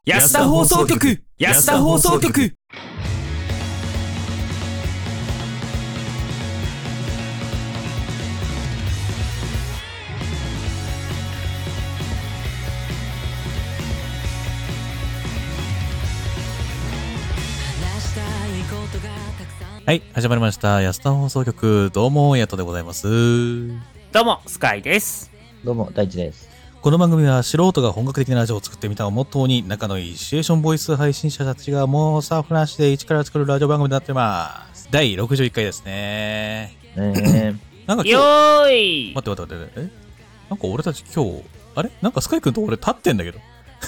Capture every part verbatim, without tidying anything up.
安田放送局安田放送局はい、始まりました安田放送局。どうもヤトでございます。 どうもスカイです。 どうも大地です。 この番組は素人が本格的なラジオを作ってみたをモットーに、仲のいいシチュエーションボイス配信者たちがもうスタッフなしで一から作るラジオ番組になってます。だいろくじゅういっかいですね。 ねなんか今日よーい待って待って待って、えなんか俺たち今日あれなんかスカイ君と俺立ってんだけど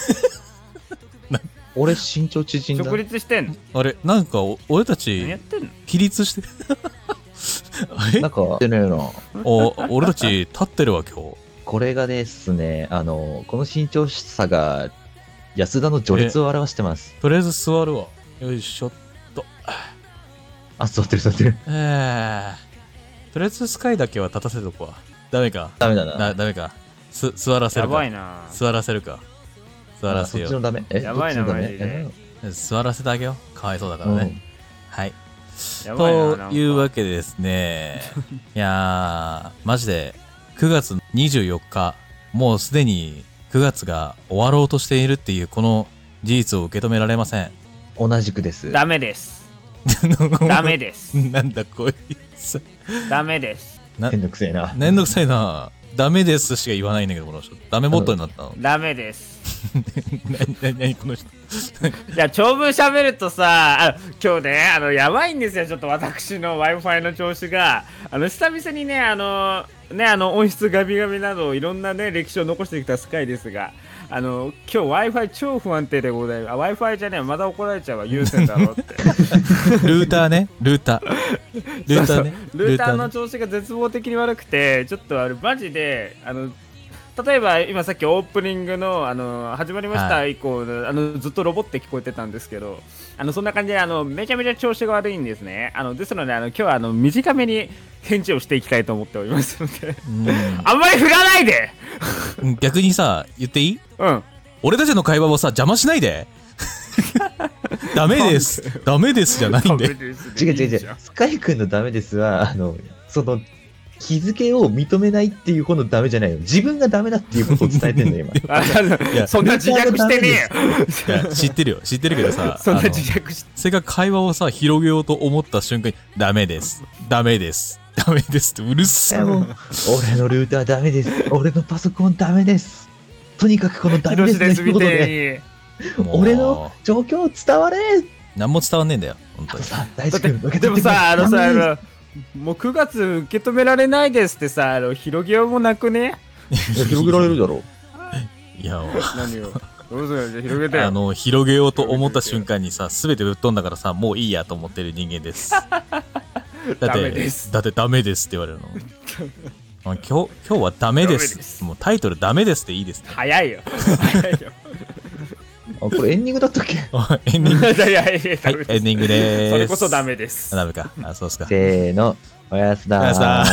俺身長縮んだ。 直立してんの？ あれなんか俺た何やっちてんの？ 比率してあれなんか出ねえな。 お俺たち立ってるわ今日。 これがですね、あのこの身長差が安田の序列を表してます。 とりあえず座るわ。よいしょっと。 あ、座ってる座ってる。 えー、とりあえずスカイだけは立たせとくわ。ダメか。 ダメだな。 なダメか。す座らせやるか。 ばいな。 座らせるか。座らせよう。 そっちのダメ。え、 やばいなどっちのダメマジでえ座らせてあげよう。かわいそうだからね。 うんはい。 やばいな。 というわけでですね。いやー、マジでくがつにじゅうよっか、もうすでにくがつが終わろうとしているっていうこの事実を受け止められません。 同じくです。 ダメです。ダメです。 なんだこいつ。 ダメです。 なめんどくせえな。 めんどくさいな。ダメですしか言わないんだけど、この人。ダメモットーになったの。 ダメです。 なになにこの人。 いや長文喋るとさ、あ今日ねあのやばいんですよ。ちょっと私の Wi-Fi の調子があの久々にねあのねあの音質ガビガビなどいろんなね歴史を残してきたスカイですが、あの今日 Wi-Fi 超不安定でございます。あ Wi-Fi じゃねえ、まだ怒られちゃうわ。有線だろってルーターね、ルーター。ルーターね。 そうそうルーターのね調子が絶望的に悪くて、ちょっとあれマジであの例えば今さっきオープニングのあの始まりました以降の、はい、あのずっとロボって聞こえてたんですけど、あのそんな感じであのめちゃめちゃ調子が悪いんですね。あのですのであの今日はあの短めに返事をしていきたいと思っておりますのであんまり振らないで逆にさ言っていい？ うん俺たちの会話をさ邪魔しないでダメですダメですじゃないんで。 違う違う違う。スカイ君のダメですは、あの、その、日付を認めないっていう方のダメじゃないよ。自分がダメだっていうことを伝えてんだよ、今。 あいやそんな自虐してねえよ。いや知ってるよ知ってるけどさそんな自虐してせっかく会話をさ広げようと思った瞬間にダメですダメですダメですってうるさい。 もう俺のルーターダメです。俺のパソコンダメです。とにかくこのダメですの一言で俺の状況伝われ。 何も伝わんねえんだよ本当に。 大丈夫。 でもさあのさあのもうくがつ受け止められないですってさ、あの広げようもなくね。 広げられるだろう。いや何をどうぞじゃ広げてよ。 あの広げようと思った瞬間にさ全てぶっ飛んだからさもういいやと思ってる人間です。だってダメですだってダメですって言われるの。今日今日はダメです。ですもうタイトルダメですっていいです、ね。 早いよ。早いよ。 あ、これエンディングだったっけ？ エンディング。はい、 いやいやいやエンディングでーす。 それこそダメです。 ダメか。あ、そうっすか。 せーの、おやすだー。 おやすだ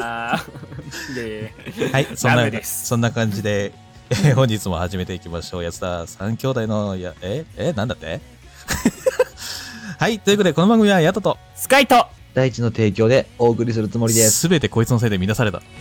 ー。 はい、そんなそんな感じで、えー、本日も始めていきましょう。安田三兄弟のやええなんだって？はいということでこの番組はヤトとスカイと大地の提供でお送りするつもりです。 すべてこいつのせいで乱された。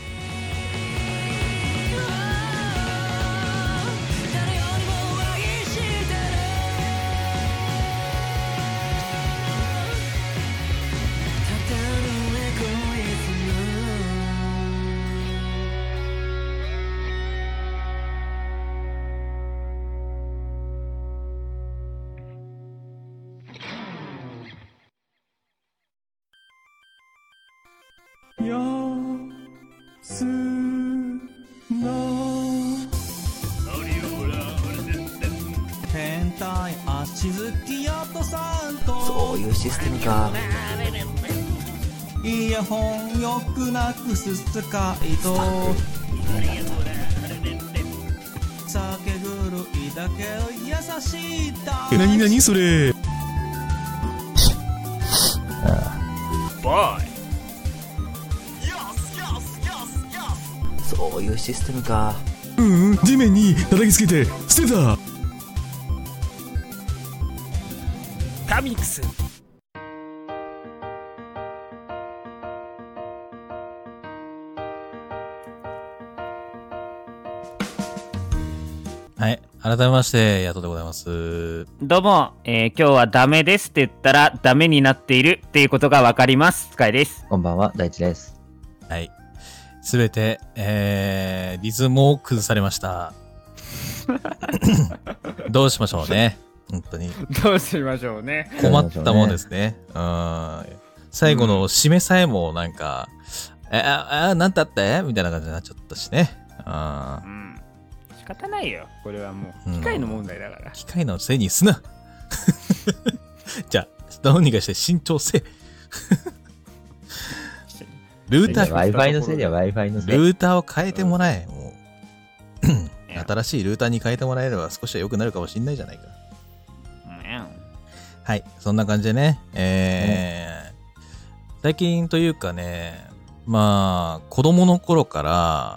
やすの変態足好きやとさんとそういうシステムか。 イヤホンよくなくすスカイと酒狂いだけど優しいだ。なになにそれ。 ボーイ。 そういうシステムか。 うんうん、地面に叩きつけて捨てた。 ターミックス。 はい。改めまして、ヤトでございます。 どうも、えー、今日はダメですって言ったらダメになっているっていうことがわかります。スカイです。 こんばんは、大地です。 はい。すべて、えー、リズムを崩されました。どうしましょうね。本当に。 どうしましょうね。 困ったもんですね。うん。最後の締めさえもなんか、うん、え、あ、あ、なんたってみたいな感じになっちゃったしね。うん。うん仕方ないよ。これはもう機械の問題だから。うん、 機械のせいにすな。じゃあ、どうにかして慎重せ。ルーター、 Wi-Fi のせいでは Wi-Fi のせい。 ルーターを変えてもらえ。もう新しいルーターに変えてもらえれば少しは良くなるかもしんないじゃないか。はい、そんな感じでね。えー、最近というかね、まあ、子供の頃から、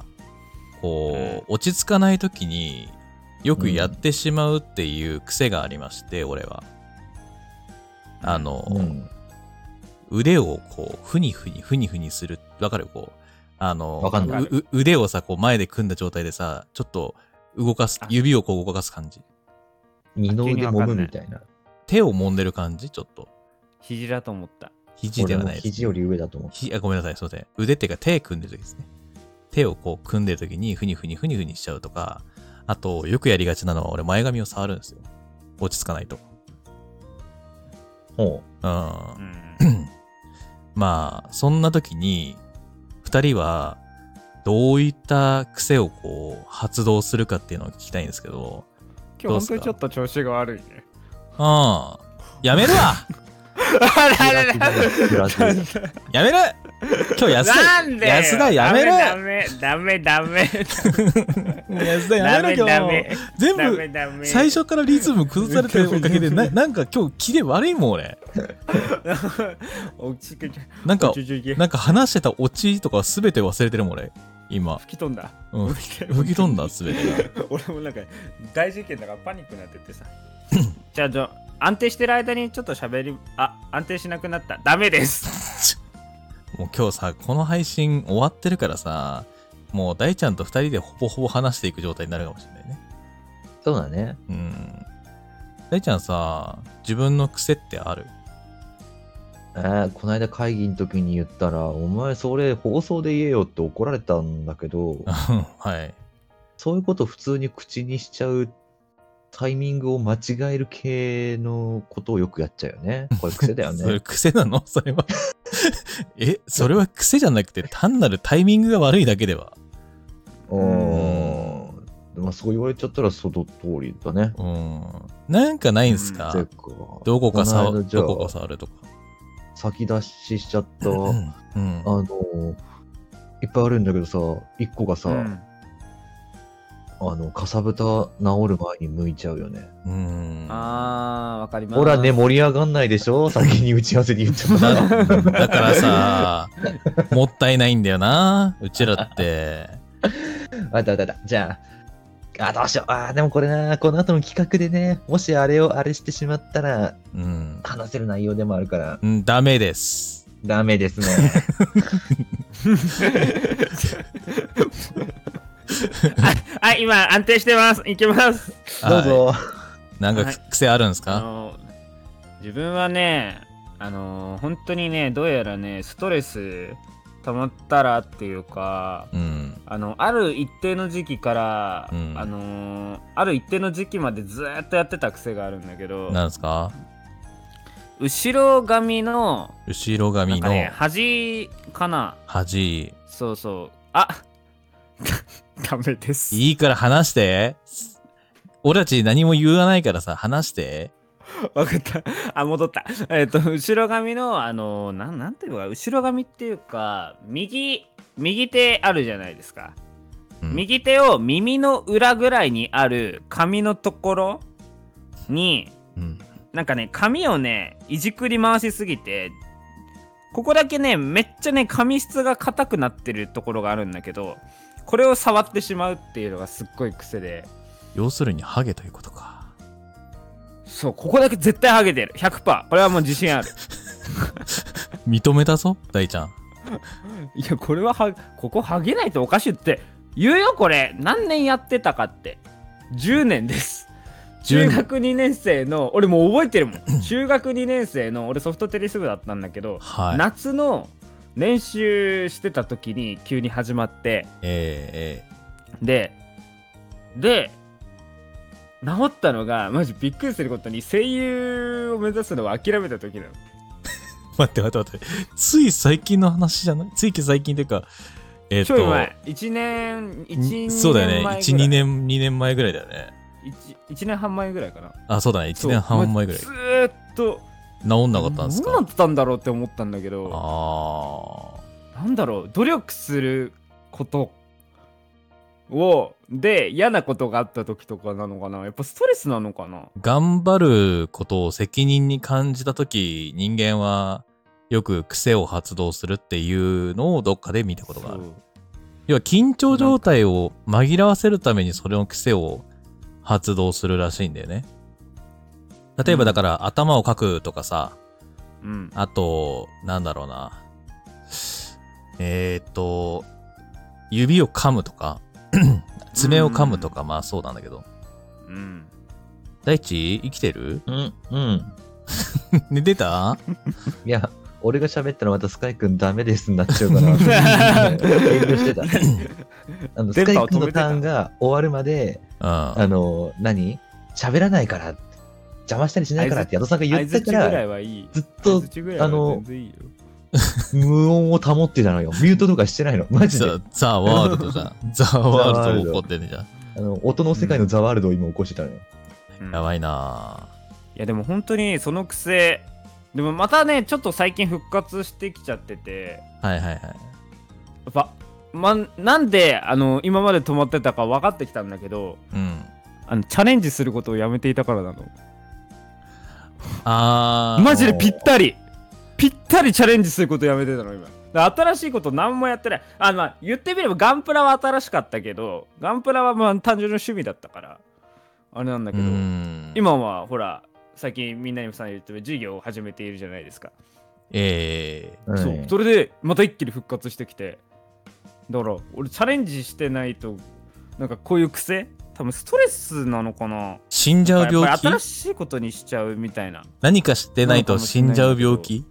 こう、落ち着かない時によくやってしまうっていう癖がありまして、うん、俺は。あの、うん、腕をこう、ふにふにふにふにする。わかる？こう、あの、 わかんない。 う腕をさ、こう前で組んだ状態でさ、ちょっと動かす、指をこう動かす感じ。 二の腕揉むみたいな。 手を揉んでる感じちょっと。 肘だと思った。 肘ではないです、ね。 肘より上だと思った。 あ、ごめんなさい、すいません。腕っていうか手組んでる時ですね。手をこう組んでる時にふにふにふにふにしちゃうとか、あと、よくやりがちなのは俺前髪を触るんですよ。落ち着かないと。 ほう。うん。うんまあ、そんな時に、二人は、どういった癖をこう、発動するかっていうのを聞きたいんですけど。 今日本当にちょっと調子が悪いね。 ああ。やめるわやめる今日安田なんで安田やめるダメダメダメ安田やめろ今日全部最初からリズム崩されてるおかげでななんか今日キレ悪いもん俺なんかなんか話してたオチとかすべて忘れてるもん俺今吹き飛んだ、 うん、吹き飛んだすべてが俺もなんか大事件だからパニックになっててさじゃあじゃあ安定してる間にちょっと喋りあ安定しなくなったダメですもう今日さこの配信終わってるからさもう大ちゃんと二人でほぼほぼ話していく状態になるかもしれないねそうだねうん大ちゃんさ自分の癖ってあるえー、この間会議の時に言ったらお前それ放送で言えよって怒られたんだけどはいそういうこと普通に口にしちゃうタイミングを間違える系のことをよくやっちゃうよね。これ癖だよね。 それ癖なのそれは。え、それは癖じゃなくて単なるタイミングが悪いだけでは。 うーん。まあそう言われちゃったらその通りだね。 うん。なんかないんすか、うん、どこか触る、どこか触るとか。 先出ししちゃった、うん、あの、いっぱいあるんだけどさ、いっこがさ、うんあの、かさぶた治る前に向いちゃうよね。 うーん。 あー、わかります。 ほらね、盛り上がんないでしょ先に打ち合わせで言っちゃっただからさ、もったいないんだよな、うちらって。 わかったわかった。じゃあ、あ、どうしよう。あー、でもこれな、この後の企画でね、もしあれをあれしてしまったら、うん、話せる内容でもあるから。 うん、ダメです。 ダメですね。 あ、あ、今安定してます。いけます。 どうぞ。 なんか癖あるんですか？ あの自分はね、あの本当にね、どうやらね、ストレス溜まったらっていうか、うん、あのある一定の時期から、うん、あのある一定の時期までずっとやってた癖があるんだけど。 なんですか？ 後ろ髪の後ろ髪の、 ね、端かな。 端。 そうそう。あ。ダメです。 いいから話して。俺たち何も言わないからさ、話して。 わかった。あ、戻った。えっと、後ろ髪の、あの、なん、なんていうのか、後ろ髪っていうか、右、右手あるじゃないですか。うん、右手を耳の裏ぐらいにある髪のところに、うん、なんかね、髪をね、いじくり回しすぎて、ここだけね、めっちゃね、髪質が硬くなってるところがあるんだけど、これを触ってしまうっていうのがすっごい癖で。 要するにハゲということか。 そう、ここだけ絶対ハゲてる。ひゃくパーセント。これはもう自信ある。 認めたぞ、大ちゃん。 いや、これはは、ここハゲないとおかしいって言うよ、これ。何年やってたかって。じゅうねんです。中学にねん生の、俺もう覚えてるもん。中学にねん生の、俺ソフトテニス部だったんだけど、はい、夏の練習してた時に急に始まって、えー、で、で、治ったのが、マジびっくりすることに、声優を目指すのを諦めた時なの。 待って待って待って。つい最近の話じゃない？つい最近というか、えー、っと。 ちょい前。いちねん、いち、にねんまえぐらい。 そうだよね。いち、にねん、にねんまえぐらいだよね。 いちねんはん前ぐらいかな。 あ、そうだね。いちねんはん前ぐらい。 ずーっと。 治んなかったんですか？ どうなったんだろうって思ったんだけど。ああ。なんだろう。努力することを、で、嫌なことがあった時とかなのかな。やっぱストレスなのかな。 頑張ることを責任に感じた時、人間はよく癖を発動するっていうのをどっかで見たことがある。要は緊張状態を紛らわせるためにそれの癖を発動するらしいんだよね。例えばだから、うん、頭をかくとかさ、うん、あと、なんだろうな。えーっと、指を噛むとか、爪を噛むとか、まあそうなんだけど。うん。大地、生きてる？ うん、うん。 寝てた？ いや、俺が喋ったらまたスカイくんダメですになっちゃうから、遠慮してた。あのスカイくんのターンが終わるまで、あの、何？喋らないから、邪魔したりしないからってヤトさんが言ったから、ずっと、あの、無音を保ってたのよ。ミュートとかしてないの。マジで。 ザ・ワールドじゃん。ザ・ワールド起こってんねじゃん。 あの、音の世界のザ・ワールドを今起こしてたのよ。 うん、やばいなぁ。いやでも本当にその癖、でもまたね、ちょっと最近復活してきちゃってて。はいはいはい。やっぱ、ま、なんで、あの、今まで止まってたか分かってきたんだけど、うん。あの、チャレンジすることをやめていたからなの。あー。マジでぴったり。ぴったりチャレンジすることやめてたの今。新しいこと何もやってない。あ、まあ言ってみればガンプラは新しかったけど、ガンプラはまあ単純な趣味だったからあれなんだけど、今はほら最近みんなにもさん言ってる授業を始めているじゃないですか。ええー、そう、うん、それでまた一気に復活してきて、だから俺チャレンジしてないとなんかこういう癖、多分ストレスなのかな。 死んじゃう病気。 新しいことにしちゃうみたいな。 何かしてないと死んじゃう病気。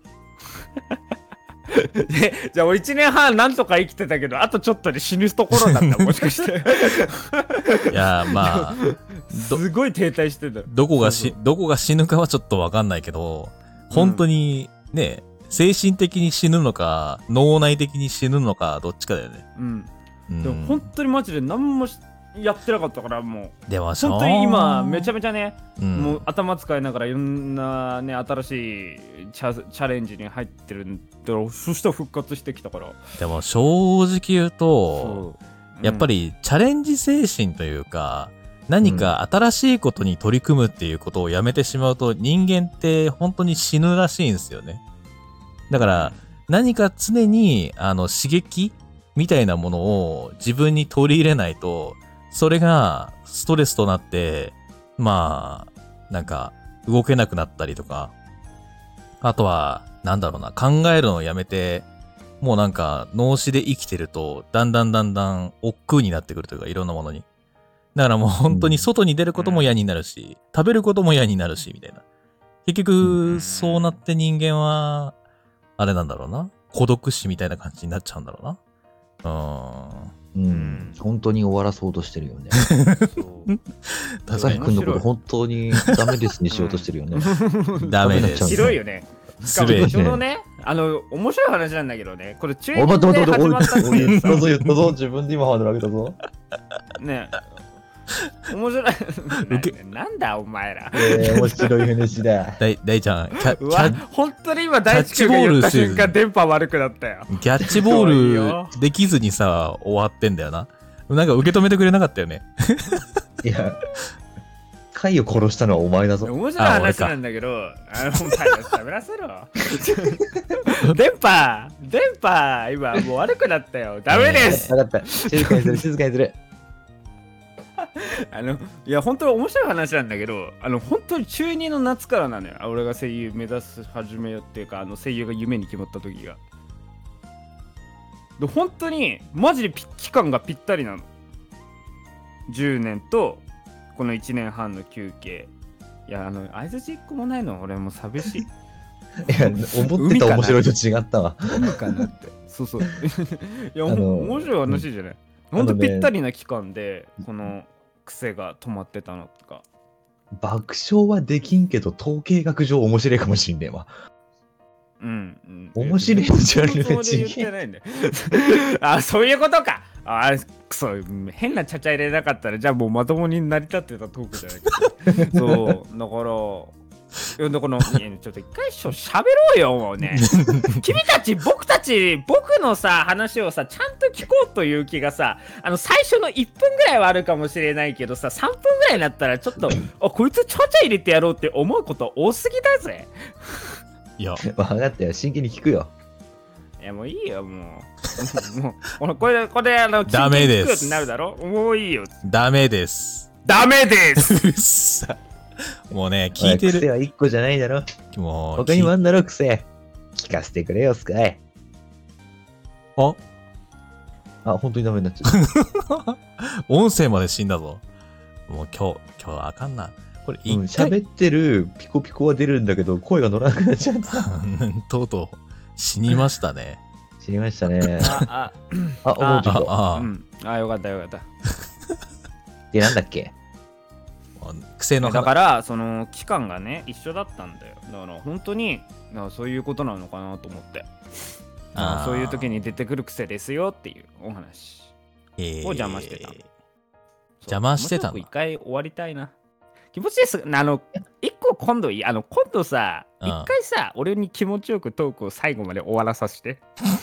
でじゃあ俺いちねんはんなんとか生きてたけど、あとちょっとで死ぬところだったもしかしていやまあすごい停滞してた。 どこがしどこが死ぬかはちょっと分かんないけど、本当にね、うん、精神的に死ぬのか脳内的に死ぬのかどっちかだよね。うん、 うん、でも本当にマジで何もやってなかったから、もうでも本当に今めちゃめちゃね、うん、もう頭使いながらいろんなね新しいチャ、チャレンジに入ってるんだろう。そしたら復活してきたから。 でも正直言うと、うん、やっぱりチャレンジ精神というか、何か新しいことに取り組むっていうことをやめてしまうと、人間って本当に死ぬらしいんですよね。だから何か常にあの刺激みたいなものを自分に取り入れないと、それがストレスとなって、まあ、なんか動けなくなったりとか、あとは、なんだろうな、考えるのをやめて、もうなんか脳死で生きてると、だんだんだんだん億劫になってくるというか、いろんなものに。だからもう本当に外に出ることも嫌になるし、うん、食べることも嫌になるし、みたいな。結局、そうなって人間は、あれなんだろうな、孤独死みたいな感じになっちゃうんだろうな。うーん。 うん、本当に終わらそうとしてるよね。高橋君のこと本当にダメですにしようとしてるよね。 ダメです。 広いよね。しかもちょうどね、あの面白い話なんだけどね、これ中学で始まったっていうさ。 どうぞ言ったぞ、自分で今ハードル上げたぞ。 ねえ。面白いな。なんだお前ら。 えー、面白い話だ。 大大ちゃん、キャうわ本当に今大地君が言った瞬間電波悪くなったよ。 キャッチボールできずにさ終わってんだよな。なんか受け止めてくれなかったよね。 いや、貝を殺したのはお前だぞ。 面白い話なんだけど、あのお前ら喋らせろ。電波電波今もう悪くなったよ。ダメです。 分かった。静かにする静かにする。 あのいや本当に面白い話なんだけど、あの本当に中にの夏からなのよ、俺が声優目指す始めよっていうか、あの声優が夢に決まった時が。で本当にマジで期間がぴったりなの。じゅうねんとこのいちねんはんの休憩。いや、あの相づちいっこもないの俺もう寂しい。 いや、思ってた面白いと違ったわ。 海かなって。そうそう。いや、 あの面白い話じゃない。ほんとぴったりな期間で、この癖が止まってたのとか。 爆笑はできんけど、統計学上面白いかもしんねえわ。 うん。うん、 面白いジャンルが違言ってないんだよ。あ、そういうことか。あ、くそ、変なちゃちゃ入れなかったら、じゃあもうまともに成り立ってたトークじゃないか。そう、だから、いやだからちょっと一回しょ喋ろうよもうね。君たち僕たち僕のさ話をさちゃんと聞こうという気がさ、あの最初のいっぷんぐらいはあるかもしれないけどさ、さんぷんぐらいになったらちょっとあこいつちゃちゃ入れてやろうって思うこと多すぎだぜ。 いや分かったよ、真剣に聞くよ。 いやもういいよもう。もうこれこれあのダメです聞くよってなるだろ。もういいよ。 ダメです。 ダメです。 うっさもうね、聞いてる。 癖はいっこじゃないだろ。 もう他にもあんだろ、癖。聞かせてくれよ、スカイ。 ああ、本当にダメになっちゃう。 音声まで死んだぞ。もう今日、今日はあかんな。これ一うん、 回、 喋ってるピコピコは出るんだけど、声が乗らなくなっちゃった。 とうとう死にましたね。 知りましたね。 ああ、思うちょっと。 ああ、 うんあよかったよかった。 で、なんだっけ。 癖のだからその期間がね一緒だったんだよ。だから本当にだからそういうことなのかなと思って、 あそういう時に出てくる癖ですよっていうお話を邪魔してた。 邪魔してたの。 一回終わりたいな。気持ちです。あの一個今度いいあの今度さ一回さ俺に気持ちよくトークを最後まで終わらさせて。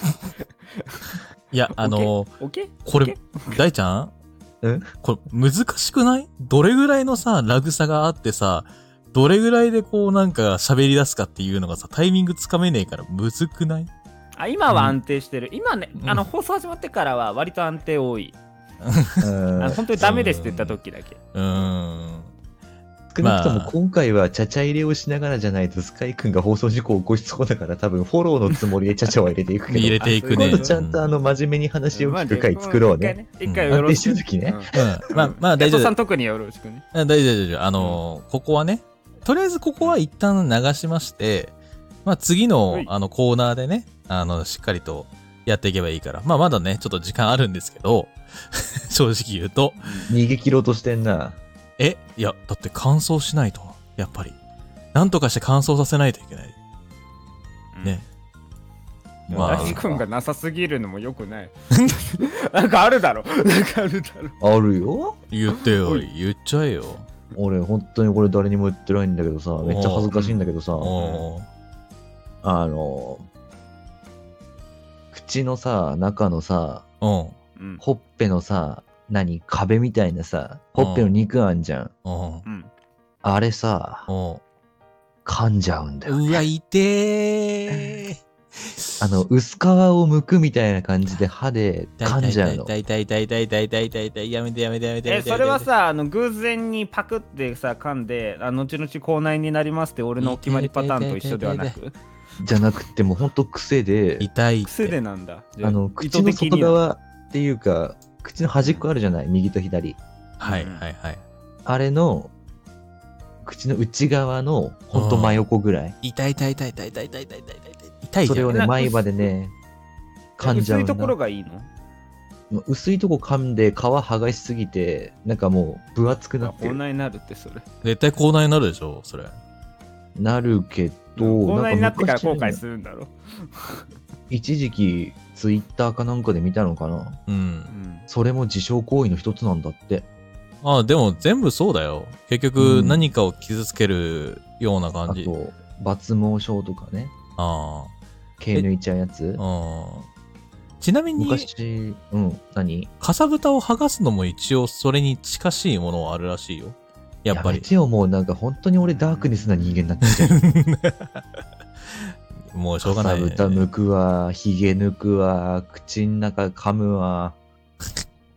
いやあのオッケーこれ大ちゃんうんこれ難しくない？どれぐらいのさラグ差があってさ、どれぐらいでこうなんか喋り出すかっていうのがさタイミングつかめねえからむずくない？ あ今は安定してる、うん、今ね、 うん、 あの放送始まってからは割と安定多い。 うんあ本当にダメですって言った時だけ。 うーん。 少なくとも今回はちゃちゃ入れをしながらじゃないとスカイ君が放送事故を起こしそうだから、多分フォローのつもりでちゃちゃは入れていくけど入れていくね。 今度ちゃんとあの真面目に話を聞く回作ろうね。 一回よろしく。 安定してる時ね。 うん。まあまあ大丈夫。 さん特によろしくね。 大丈夫大丈夫。あのー、ここはね、とりあえずここは一旦流しまして、まあ次のあのコーナーでね、あの、しっかりとやっていけばいいから。まあまだね、ちょっと時間あるんですけど、正直言うと。 逃げ切ろうとしてんな。 えいや、だって乾燥しないと。やっぱり。なんとかして乾燥させないといけない。ね。 うん、まあ。大君がなさすぎるのもよくない。なんかあるだろ。なんかあるだろ。 あるよ。 言ってよ。言っちゃえよ。 俺、本当にこれ誰にも言ってないんだけどさ、めっちゃ恥ずかしいんだけどさ、あの、口のさ、中のさ、ほっぺのさ、何壁みたいなさ、ほっぺの肉あんじゃん。 うんあれさ、噛んじゃうんだよ、ね。 うわ、痛えー。 あの、薄皮を剥くみたいな感じで歯で噛んじゃうの。 痛い痛い痛い痛い痛い痛い痛い痛いやめてやめてやめてやめて。 え、それはさ、あの、偶然にパクってさ、噛んで、あ後々口内になりますって俺のお決まりパターンと一緒ではなくじゃなくてもうほんと癖で。 痛い。 癖でなんだ。 あの、口の外側っていうか、口の端っこあるじゃない、右と左。 はいはいはい。 あれの、口の内側のほんと真横ぐらい。 痛い痛い痛い痛い痛い痛い痛い痛い痛い。 それをね、前歯でね、噛んじゃう。 薄いところがいいの？ 薄いとこ噛んで皮剥がしすぎて、なんかもう分厚くなってる。 口内になるってそれ。 絶対口内になるでしょ、それ。 なるけど、 口内になってから後悔するんだろ。 一時期、ツイッターかなんかで見たのかな。 うん。 それも自傷行為の一つなんだって。 ああ、でも全部そうだよ。結局何かを傷つけるような感じ。 うん、あと、抜毛症とかね。 ああ。 毛抜いちゃうやつ。 ああ。ちなみに、 昔、うん、何？ かさぶたを剥がすのも一応それに近しいものはあるらしいよ。やっぱり。 やめてよ、もうなんか本当に俺ダークネスな人間になってきてる。 もうしょうがない、ね。 かさぶた抜くわ、ひげ抜くわ、口の中噛むわ。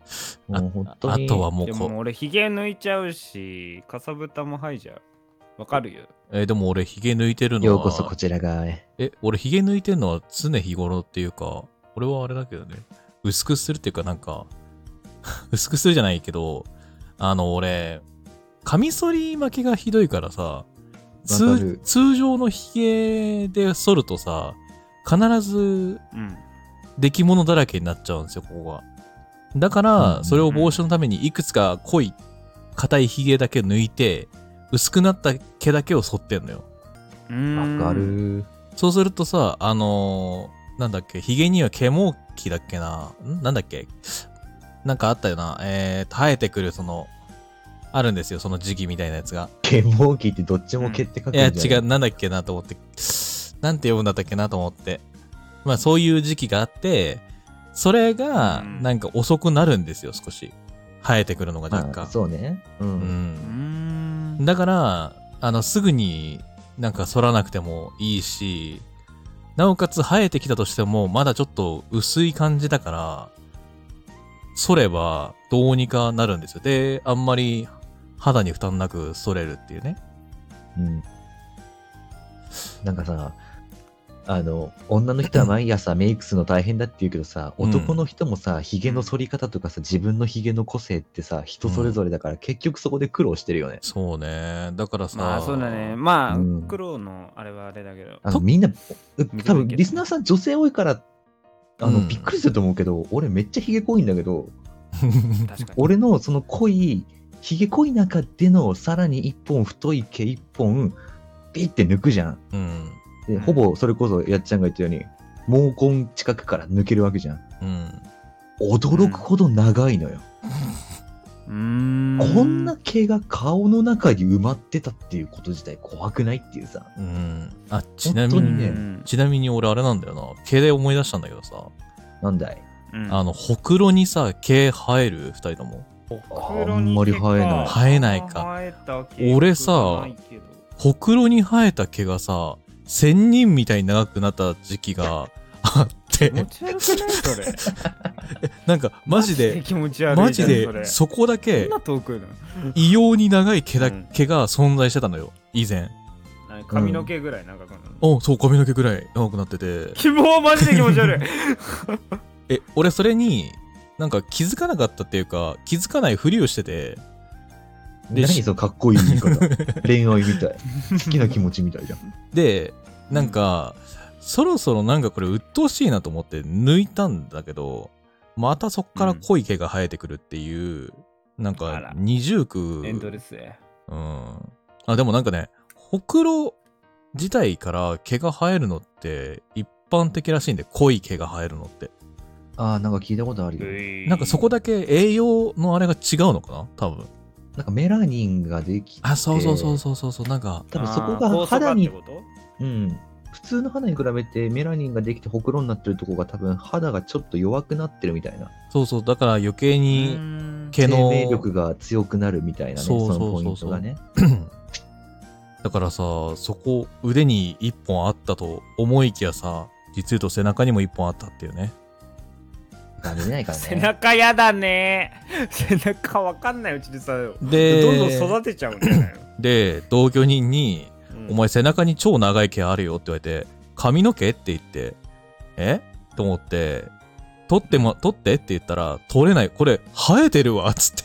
もう本当に。 あとはもうでこも俺ヒゲ抜いちゃうし、かさぶたも生えちゃう。わかるよ。 えーでも俺ヒゲ抜いてるのはようこそこちら側へ。 え俺ヒゲ抜いてるのは常日頃っていうか、俺はあれだけどね、薄くするっていうかなんか薄くするじゃないけど、あの俺カミソリ負けがひどいからさ、通通常のヒゲで剃るとさ、必ずうん。 出来物だらけになっちゃうんですよ、ここが。だから、 うんそれを防止のためにいくつか濃い硬いヒゲだけ抜いて、薄くなった毛だけを剃ってんのよ。 うーんわかる。 そうするとさ、あのーなんだっけ、ヒゲには毛毛期だっけな、んなんだっけ、なんかあったよな、えー、生えてくるその、あるんですよ、その時期みたいなやつが。 毛毛期ってどっちも毛って書くんいや、 じゃない、 違う、なんだっけなと思って、なんて読むんだったっけなと思って。まあ、そういう時期があって、それが、 うんなんか遅くなるんですよ、少し。生えてくるのが若干。 まあそうね。う。 うん。 うーん。 だから、あの、すぐになんか剃らなくてもいいし、なおかつ生えてきたとしても、まだちょっと薄い感じだから、剃ればどうにかなるんですよ。で、あんまり肌に負担なく剃れるっていうね。 うん。なんかさ、あの、女の人は毎朝メイクするの大変だって言うけどさ、 うん男の人もさ、ヒゲの剃り方とかさ、自分のヒゲの個性ってさ、人それぞれだから、結局そこで苦労してるよね。 そうね。だからさ、 まあそうだね。まあ、 うん苦労のあれはあれだけど。 とあのみんな、う見て多分るけどリスナーさん女性多いから、あの、 うんびっくりすると思うけど、俺めっちゃヒゲ濃いんだけど、 確かに。 俺のその濃い、ヒゲ濃い中でのさらに一本太い毛一本、ピッて抜くじゃん。 うん。 で、 うんほぼそれこそやっちゃんが言ったように、毛根近くから抜けるわけじゃん。 うん。 驚くほど長いのよ。 うーん。 こんな毛が顔の中に埋まってたっていうこと自体怖くないっていうさ。 うん。あ、ちなみにね、 本当にねうんちなみに俺あれなんだよな。毛で思い出したんだけどさ、 なんだいうんあの、ほくろにさ、毛生える二人とも。 あんまり生えない生えないか生えた毛俺さないけどほくろに生えた毛がさ、仙人みたいに長くなった時期があって気、持ち悪くないそれ。 なんかマジで、 気持ち悪いマジでじゃんそれそこだけそんな遠くの異様に長い毛だ、 うん毛が存在してたのよ、以前。 何髪の毛ぐらい長くなるの、 おそう、髪の毛ぐらい長くなってて。 希望マジで気持ち悪い。 え、俺それに、なんか気づかなかったっていうか、気づかないふりをしてて、で何そのかっこいい言い方。恋愛みたい。好きな気持ちみたいじゃん。 で、なんか、そろそろなんかこれ鬱陶しいなと思って抜いたんだけど、またそっから濃い毛が生えてくるっていう、なんあから二重苦。 エンドレスへ。 うん。あ、でもなんかね、ほくろ自体から毛が生えるのって一般的らしいんで、濃い毛が生えるのって。 ああ、なんか聞いたことあるよ。 なんかそこだけ栄養のあれが違うのかな多分。 なんかメラニンができて。 あ、そうそうそうそうそうそう、なんか、 多分そこあーが肌に酵素化ってこうん。普通の肌に比べてメラニンができてほくろになってるとこが多分肌がちょっと弱くなってるみたいな。 そうそう、だから余計とにうーん毛の、 生命力が強くなるみたいなね、 そうそうそうそうそのポイントがね。 だからさ、そこ腕に一本あったと思いきやさ、実言うと背中にも一本あったっていうね。 ダメないから背ね。 中やだね。背中わかんないうちにさ、 で、 どんどん育てちゃうんじゃないの、 で、同居人に、 うんお前背中に超長い毛あるよって言われて、髪の毛って言って、えと思って、取っても、取ってって言ったら、取れない。これ、生えてるわつって。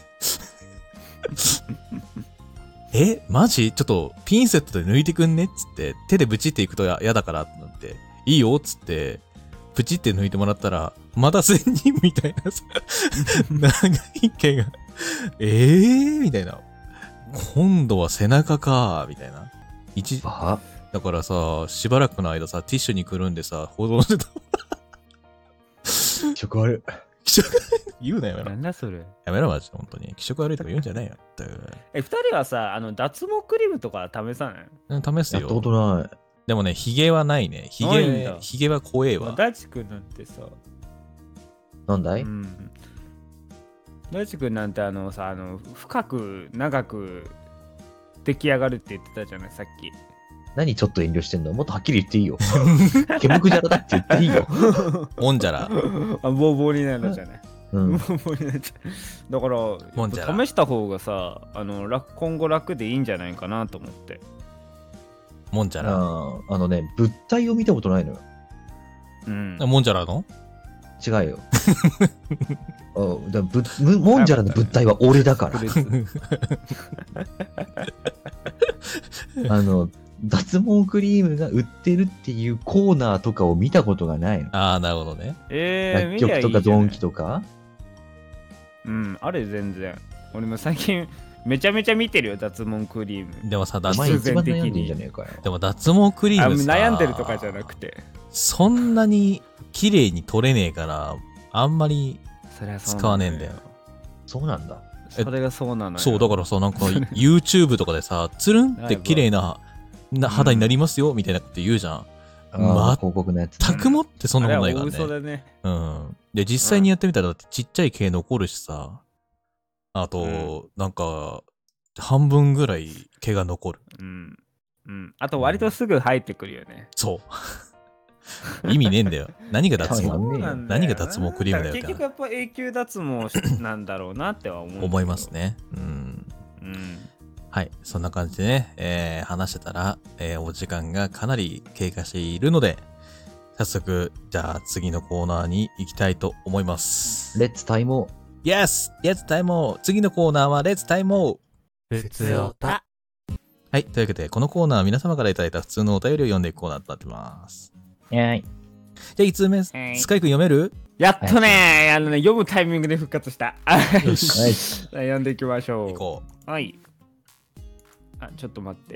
えマジちょっと、ピンセットで抜いてくんねっつって、手でブチっていくとややだからってなって、いいよっつって、プチって抜いてもらったら、また仙人みたいなさ、長い毛が、えーみたいな。今度は背中かみたいな。一あだからさ、しばらくの間さ、ティッシュにくるんでさ、保存してた。 気色悪い。 気色言うなよ、やめろ。 なんだそれ。 やめろ、マジで、本当に。気色悪いとか言うんじゃないよ。だかえ、二人はさ、あの、脱毛クリームとか試さないら試すよ。 やったことない。 でもね、ヒゲはないね。ヒないんゲだ、 ヒゲは怖えわ。 大地君なんてさ、 なんだい、 うん。大地君なんてあのさ、あの、深く長く出来上がるって言ってたじゃない、さっき。 何ちょっと遠慮してんのもっとはっきり言っていいよ。毛むくじゃらだって言っていいよ。 オンジャラ。 あ、ボーボーになるのじゃない。 うん。 だからもんじゃら試した方がさ、あの楽今後楽でいいんじゃないかなと思って。 もんじゃら。 ああのね、物体を見たことないのよ。 うん。 もんじゃらの違うよ。あだぶむもんじゃらの物体は俺だから。あの、脱毛クリームが売ってるっていうコーナーとかを見たことがないの。 ああ、なるほどね。 えー、 薬局とかドンキととか。 うん、あれ全然。俺も最近めちゃめちゃ見てるよ、脱毛クリーム。 でもさ、 お脱前一番悩んでんじゃねえかよ。 でも脱毛クリームさ、 悩んでるとかじゃなくて。 そんなに綺麗に取れねえから、あんまり使わねえんだよ。 そうなんだ。 それがそうなのよ。 そう、だからさ、なんか YouTube とかでさ、つるんって綺麗なな肌になりますよ、みたいなこと言うじゃん。 まあ、広告のやつ。 全くもってそんなことないからね。 嘘だね。 うん。で、実際にやってみたら、だってちっちゃい毛残るしさ、あと、うん、なんか、半分ぐらい毛が残る。 うん。うん。あと、割とすぐ生えてくるよね。 そう。意味ねえんだよ。何が脱毛何が脱毛クリームだよ。 結局やっぱ永久脱毛なんだろうなっては思う。 思いますね。うん。うん。はい。そんな感じでね、えー、話してたら、えー、お時間がかなり経過しているので、早速、じゃあ次のコーナーに行きたいと思います。 レッツタイモー。 Yes! レッツタイモー。次のコーナーはレッツタイモー。 ふつおた。 はい。というわけで、このコーナーは皆様からいただいた普通のお便りを読んでいくコーナーとなってます。 はい。 じゃあ、いちつうめ、スカイ君読める？ やっとね、あのね、読むタイミングで復活した。 よし。 はい。 読んでいきましょう。 行こう。はい。あ、ちょっと待って。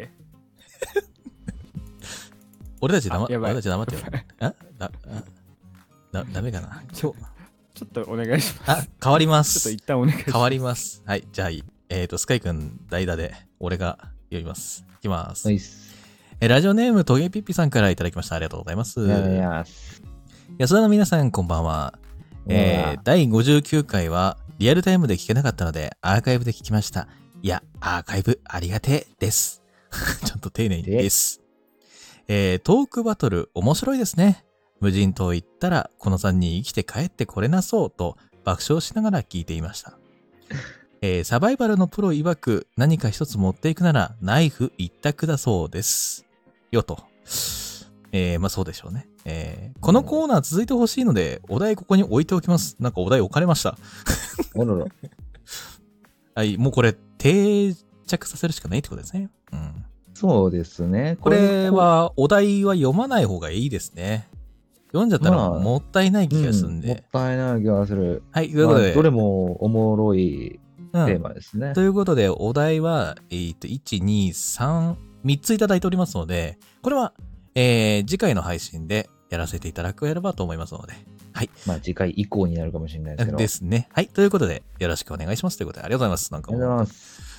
俺たち黙って、俺たち黙ってよ。あだ、だ、ダメかな。 ちょ、ちょっとお願いします。 あ、変わります。 ちょっと一旦お願いします。 変わります。はい。じゃあ、えっと、スカイ君代打で、俺が読みます。いきます。 はい。 え、ラジオネーム、トゲピッピさんからいただきました。ありがとうございます。 いやいや。 安田の皆さん、こんばんは。えー、だいごじゅうきゅうかいは、リアルタイムで聞けなかったので、アーカイブで聞きました。いや、アーカイブありがてえです。ちゃんと丁寧にです。えー、トークバトル面白いですね。無人島行ったらこのさんにん生きて帰ってこれなそうと爆笑しながら聞いていました。えー、サバイバルのプロ曰く何か一つ持っていくならナイフ一択だそうです。よと。えー、まあそうでしょうね。えー、このコーナー続いてほしいのでお題ここに置いておきます。なんかお題置かれました。 あらら。 はい、もうこれ定着させるしかないってことですね。うん。 そうですね。 これは、お題は読まない方がいいですね。読んじゃったらもったいない気がするんで。 まあうん、もったいない気がする。 はい、ということで。 まあ、どれもおもろいテーマですね。 うん、ということで、お題は、えーと、いち、に、さん、みっついただいておりますので、これは、えー、次回の配信でやらせていただければと思いますので。はい。 まあ、次回以降になるかもしれないですけど。 ですね。はい。ということで、よろしくお願いします。ということで、ありがとうございます。なんかありがとうございます。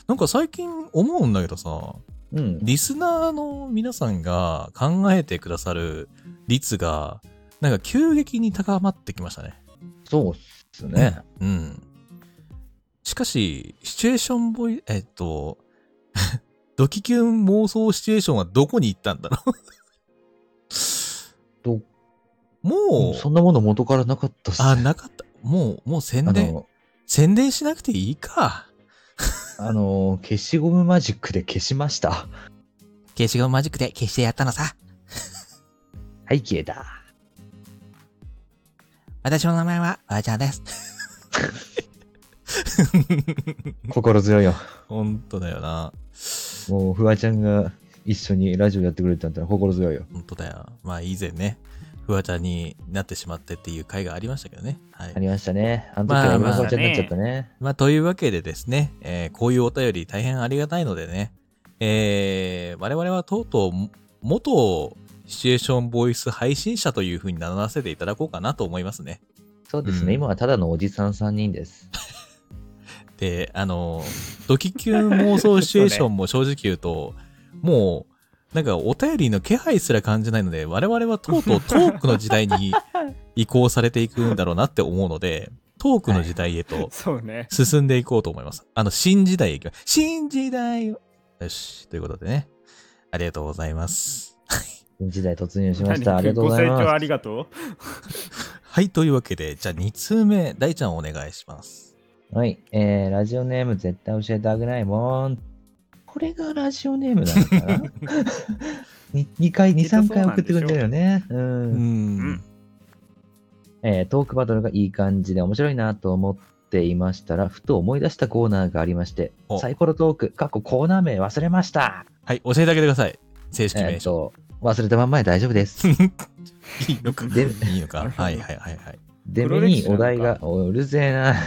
なんか最近思うんだけどさ、うん、リスナーの皆さんが考えてくださる率が、なんか急激に高まってきましたね。 そうっすね。 うん。しかし、シチュエーションボイ、えっと、ドキキュン妄想シチュエーションはどこに行ったんだろうどもう、 そんなもの元からなかったっすね。 あ、なかった。もう、もう宣伝、宣伝しなくていいか。 あのー、消しゴムマジックで消しました。 消しゴムマジックで消してやったのさ。 はい、消えた。 私の名前は、あーちゃんです。 心強いよ。 ほんとだよな。 もう、フワちゃんが一緒にラジオやってくれてたんだら心強いよ。 ほんとだよ。まあ、以前ね、フワちゃんになってしまってっていう回がありましたけどね。はい。 ありましたね。あの時はフワちゃんになっちゃったね。まあ、まあまあ、というわけでですね、えー、こういうお便り大変ありがたいのでね、えー、我々はとうとう元シチュエーションボイス配信者という風に名乗らせていただこうかなと思いますね。 そうですね。うん、今はただのおじさんさんにんです。 で、あの、ドキキュン妄想シチュエーションも正直言うと、もう、なんかお便りの気配すら感じないので、我々はとうとうトークの時代に移行されていくんだろうなって思うので、トークの時代へと進んでいこうと思います。あの、新時代へ行きます。新時代を。よし。ということでね。ありがとうございます。 新時代突入しました。ありがとうございます。 ご清聴ありがとう。 はい、というわけで、じゃあに通目、大ちゃんお願いします。 はい、えー、ラジオネーム絶対教えてあげないもん。これがラジオネームなのかなに, にかい、に、さんかい送ってくれてるよね。うん。うんえー、トークバトルがいい感じで面白いなと思っていましたら、ふと思い出したコーナーがありまして、サイコロトーク、過去コーナー名忘れました。 はい、教えてあげてください。正式名称。 えー、忘れたまんまで大丈夫です。 いいのか。でいいのか。はいはいはいはい。 デメにお題が、おうるせえな。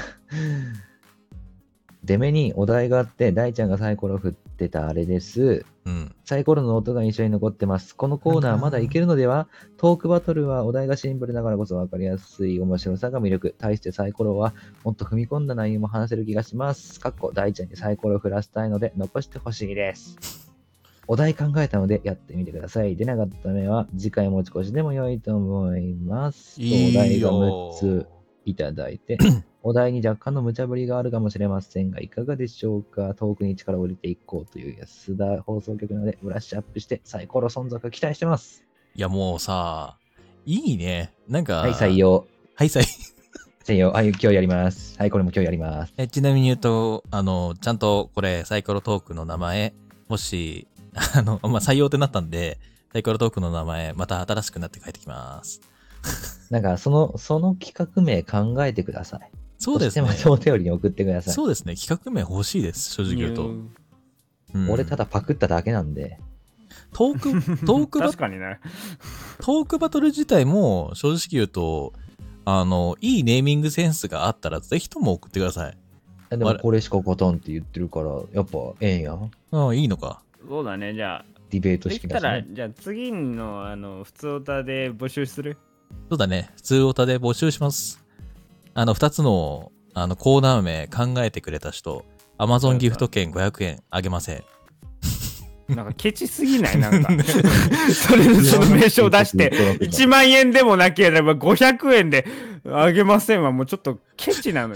デメにお題があって、大ちゃんがサイコロ振ってたあれです。うん、サイコロの音が印象に残ってます。このコーナーまだいけるのでは？トークバトルはお題がシンプルながらこそ分かりやすい面白さが魅力。対してサイコロはもっと踏み込んだ内容も話せる気がします。かっこ大ちゃんにサイコロを振らせたいので残してほしいです。お題考えたのでやってみてください。出なかった目は次回持ち越しでも良いと思います。いいお題がむっついただいて、お題に若干の無茶ぶりがあるかもしれませんが、いかがでしょうか。遠くに力を入れていこうという安田放送局なので、ブラッシュアップしてサイコロ存続期待してます。 いやもうさ、いいね。なんか。 はい、採用。 はい、採用。 採用。はい、今日やります。はい、これも今日やります。 えちなみに言うと、あの、ちゃんとこれ、サイコロトークの名前、もし、あの、まあ、採用ってなったんで、サイコロトークの名前、また新しくなって帰ってきます。 なんか、その、その企画名考えてください。 そうですね。 そしてまたお便りに送ってください。 そうですね。企画名欲しいです。正直言うと。 うん、俺ただパクっただけなんで。 トーク、トークバ確かにね。 トークバトル自体も正直言うと、あの、いいネーミングセンスがあったらぜひとも送ってください。 でもこれしか勝たんって言ってるから、やっぱええんやん。 ああ、いいのか。 そうだね、じゃあ。 ディベート式だし、ね。 できたら、じゃあ次の、あの、普通オタで募集する？ そうだね。普通オタで募集します。あの、二つの、あの、コーナー名考えてくれた人、Amazon ギフト券ごひゃくえんあげません。 なんかケチすぎないなんか。それその名称出して、いちまんえんでもなければごひゃくえんであげませんはもうちょっとケチなのよ。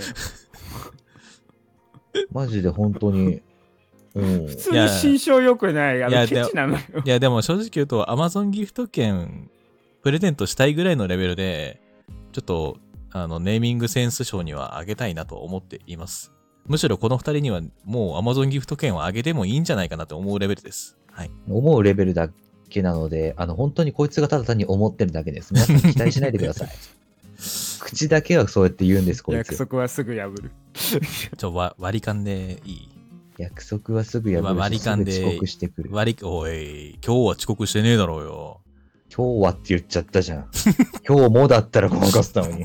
マジで本当に。 うん、普通に心象良くない。あのケチなのよ。 いやでも正直言うと Amazon ギフト券プレゼントしたいぐらいのレベルでちょっとあのネーミングセンス賞にはあげたいなと思っています。むしろこのふたりにはもう Amazon ギフト券をあげてもいいんじゃないかなと思うレベルです。はい。 思うレベルだけなので、あの本当にこいつがただ単に思ってるだけです。皆さん期待しないでください。口だけはそうやって言うんです、こいつ。 約束はすぐ破る。 ちょ割り勘でいい？ 約束はすぐ破るし、割り勘で遅刻してくる。 割りおい、今日は遅刻してねえだろうよ。 今日はって言っちゃったじゃん。今日もだったらごまかすために。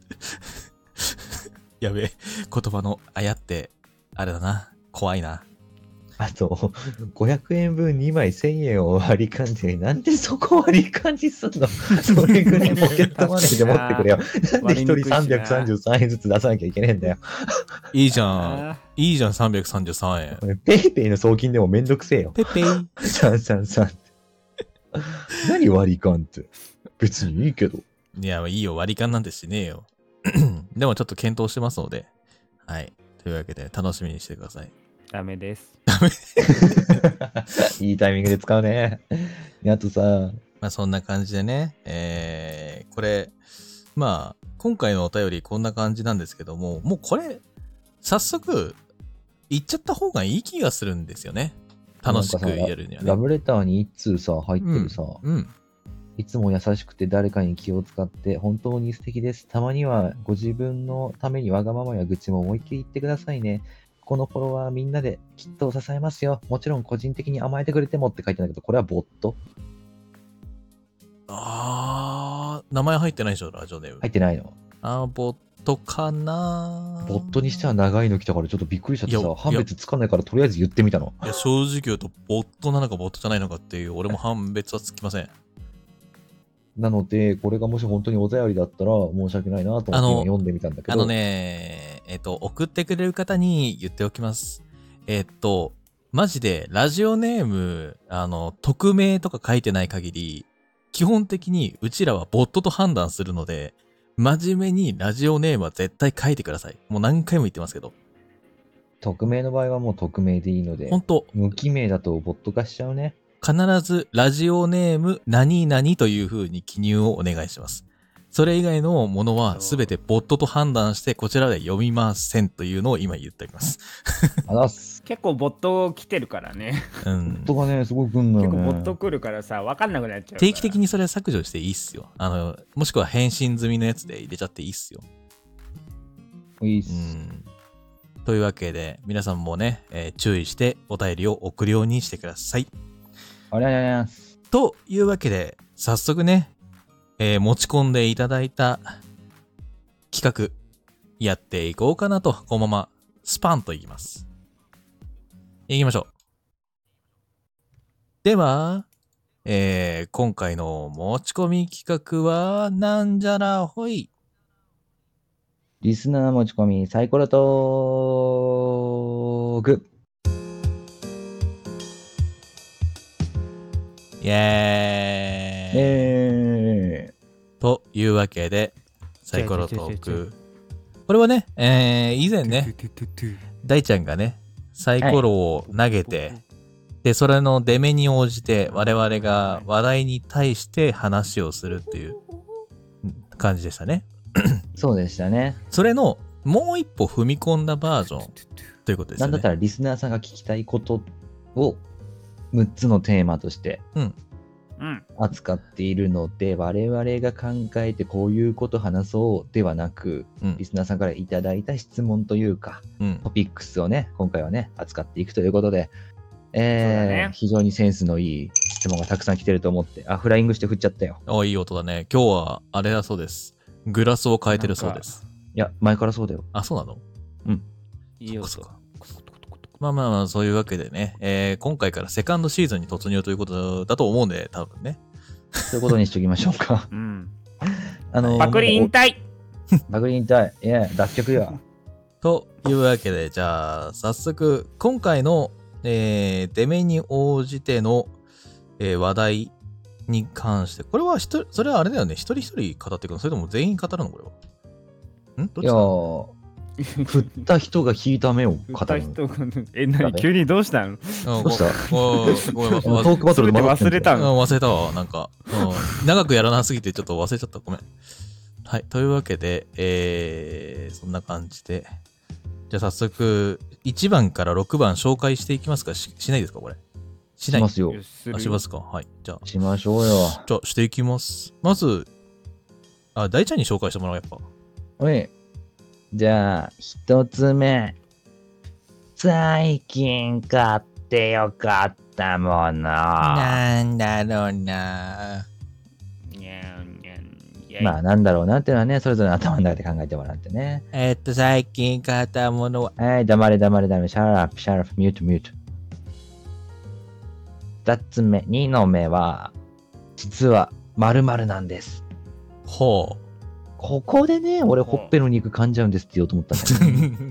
やべえ、言葉のあやって、あれだな、怖いな。 あと、ごひゃくえんぶんにまいせんえんを割り勘で、なんでそこ割り勘にすんの？それぐらいポケットマネーで持ってくれよ。なんで一人さんびゃくさんじゅうさんえんずつ出さなきゃいけねえんだよ。 いいじゃん。いいじゃん、さんびゃくさんじゅうさんえん。 ペイペイの送金でもめんどくせえよ。 ペペイ。 さんさんさん。何割り勘って。別にいいけど。 いや、いいよ、割り勘なんてしねえよ。でもちょっと検討してますので。はい。というわけで、楽しみにしてください。 ダメです。 ダメいいタイミングで使うね。あとさ。 まあそんな感じでね、えー、これ、まあ、今回のお便りこんな感じなんですけども、もうこれ、早速、言っちゃった方がいい気がするんですよね。楽しくやるにはね。 ラブレターに一通さ、入ってるさ。 うん。うん、 いつも優しくて誰かに気を使って本当に素敵です。たまにはご自分のためにわがままや愚痴も思いっきり言ってくださいね。このフォロワーみんなできっと支えますよ。もちろん個人的に甘えてくれてもって書いてんだけど、これはボット？ あー、名前入ってないでしょ、ラジオネーム。 入ってないの？ あー、ボットかなボットにしては長いの来たからちょっとびっくりしちゃってさ、判別つかないからとりあえず言ってみたの。 いや、正直言うと、ボットなのかボットじゃないのかっていう、俺も判別はつきません。 なので、これがもし本当にお便りだったら申し訳ないなと思って今読んでみたんだけど。 あのね、えっと、送ってくれる方に言っておきます。えっと、マジで、ラジオネーム、あの、匿名とか書いてない限り、基本的にうちらはボットと判断するので、真面目にラジオネームは絶対書いてください。もう何回も言ってますけど。 匿名の場合はもう匿名でいいので。 本当。 無記名だとボット化しちゃうね。必ずラジオネーム何々という風に記入をお願いします。 それ以外のものはすべてボットと判断してこちらで読みませんというのを今言っております。 あざっす。 結構ボット来てるからね。 うん。 ボットがね、すごい来んのよね。 結構ボット来るからさ、分かんなくなっちゃう。 定期的にそれ削除していいっすよ。あの、もしくは返信済みのやつで入れちゃっていいっすよ。 いいっす。 うん。というわけで、皆さんもね、えー、注意してお便りを送るようにしてください。 ありがとうございます。 というわけで、早速ね、えー、持ち込んでいただいた企画、やっていこうかなと、このままスパンと言います。行きましょう。では、えー、今回の持ち込み企画は、なんじゃらほい。 リスナー持ち込みサイコロトーク。 イエーイ。 えー、というわけで、サイコロトーク。これはね、えー、以前ね、大ちゃんがね、サイコロを投げて、はい、で、それの出目に応じて我々が話題に対して話をするっていう感じでしたね。 そうでしたね。 それのもう一歩踏み込んだバージョンということですね。 なんだったらリスナーさんが聞きたいことをむっつのテーマとして扱っているので、うん、我々が考えてこういうこと話そうではなく、うん、リスナーさんからいただいた質問というか、うん、トピックスをね、今回はね、扱っていくということで、えーね、非常にセンスのいい質問がたくさん来てると思って、あ、フライングして振っちゃったよ。 あ、いい音だね。今日はあれだそうです。グラスを変えてるそうです。 いや、前からそうだよ。 あ、そうなの？ うん。 いい音。 まあまあまあ、そういうわけでね、えー、今回からセカンドシーズンに突入ということだと思うんで、多分ね。 そういうことにしときましょうか。 うん。 あのー、 パクリ引退パクリ引退。いや、脱却よ。 というわけで、じゃあ、早速、今回の、えー、出目に応じての、えー、話題に関して、これは一人、それはあれだよね、一人一人語っていくの？それとも全員語るのこれは。んどっちだ？いやー、振った人が引いた目を語る。 振った人が、え、何急にどうしたの？ どうした？ ごめん、トークバトルで忘れたの？ 忘れたわ、なんか。長くやらなすぎてちょっと忘れちゃった。ごめん。はい、というわけで、えー、そんな感じで。じゃあ早速、いちばんからろくばん紹介していきますか？ し, しないですかこれ？しない。 しますよ。 あ、しますか？はい。じゃあ。 しましょうよ。 じゃあ、していきます。まず、あ、大ちゃんに紹介してもらおう、やっぱ。 はい。じゃあ、一つ目。最近買ってよかったもの。 なんだろうな。 まあ、なんだろうなっていうのはね、それぞれの頭の中で考えてもらってね。 えー、っと、最近買ったものは。 はい、黙れ黙れ黙れ。シャラップ、シャラップ、ミュート、ミュート。二つ目、二の目は、実は〇〇なんです。 ほう。 ここでね、俺、ほっぺの肉噛んじゃうんですって言おうと思ったんだけど。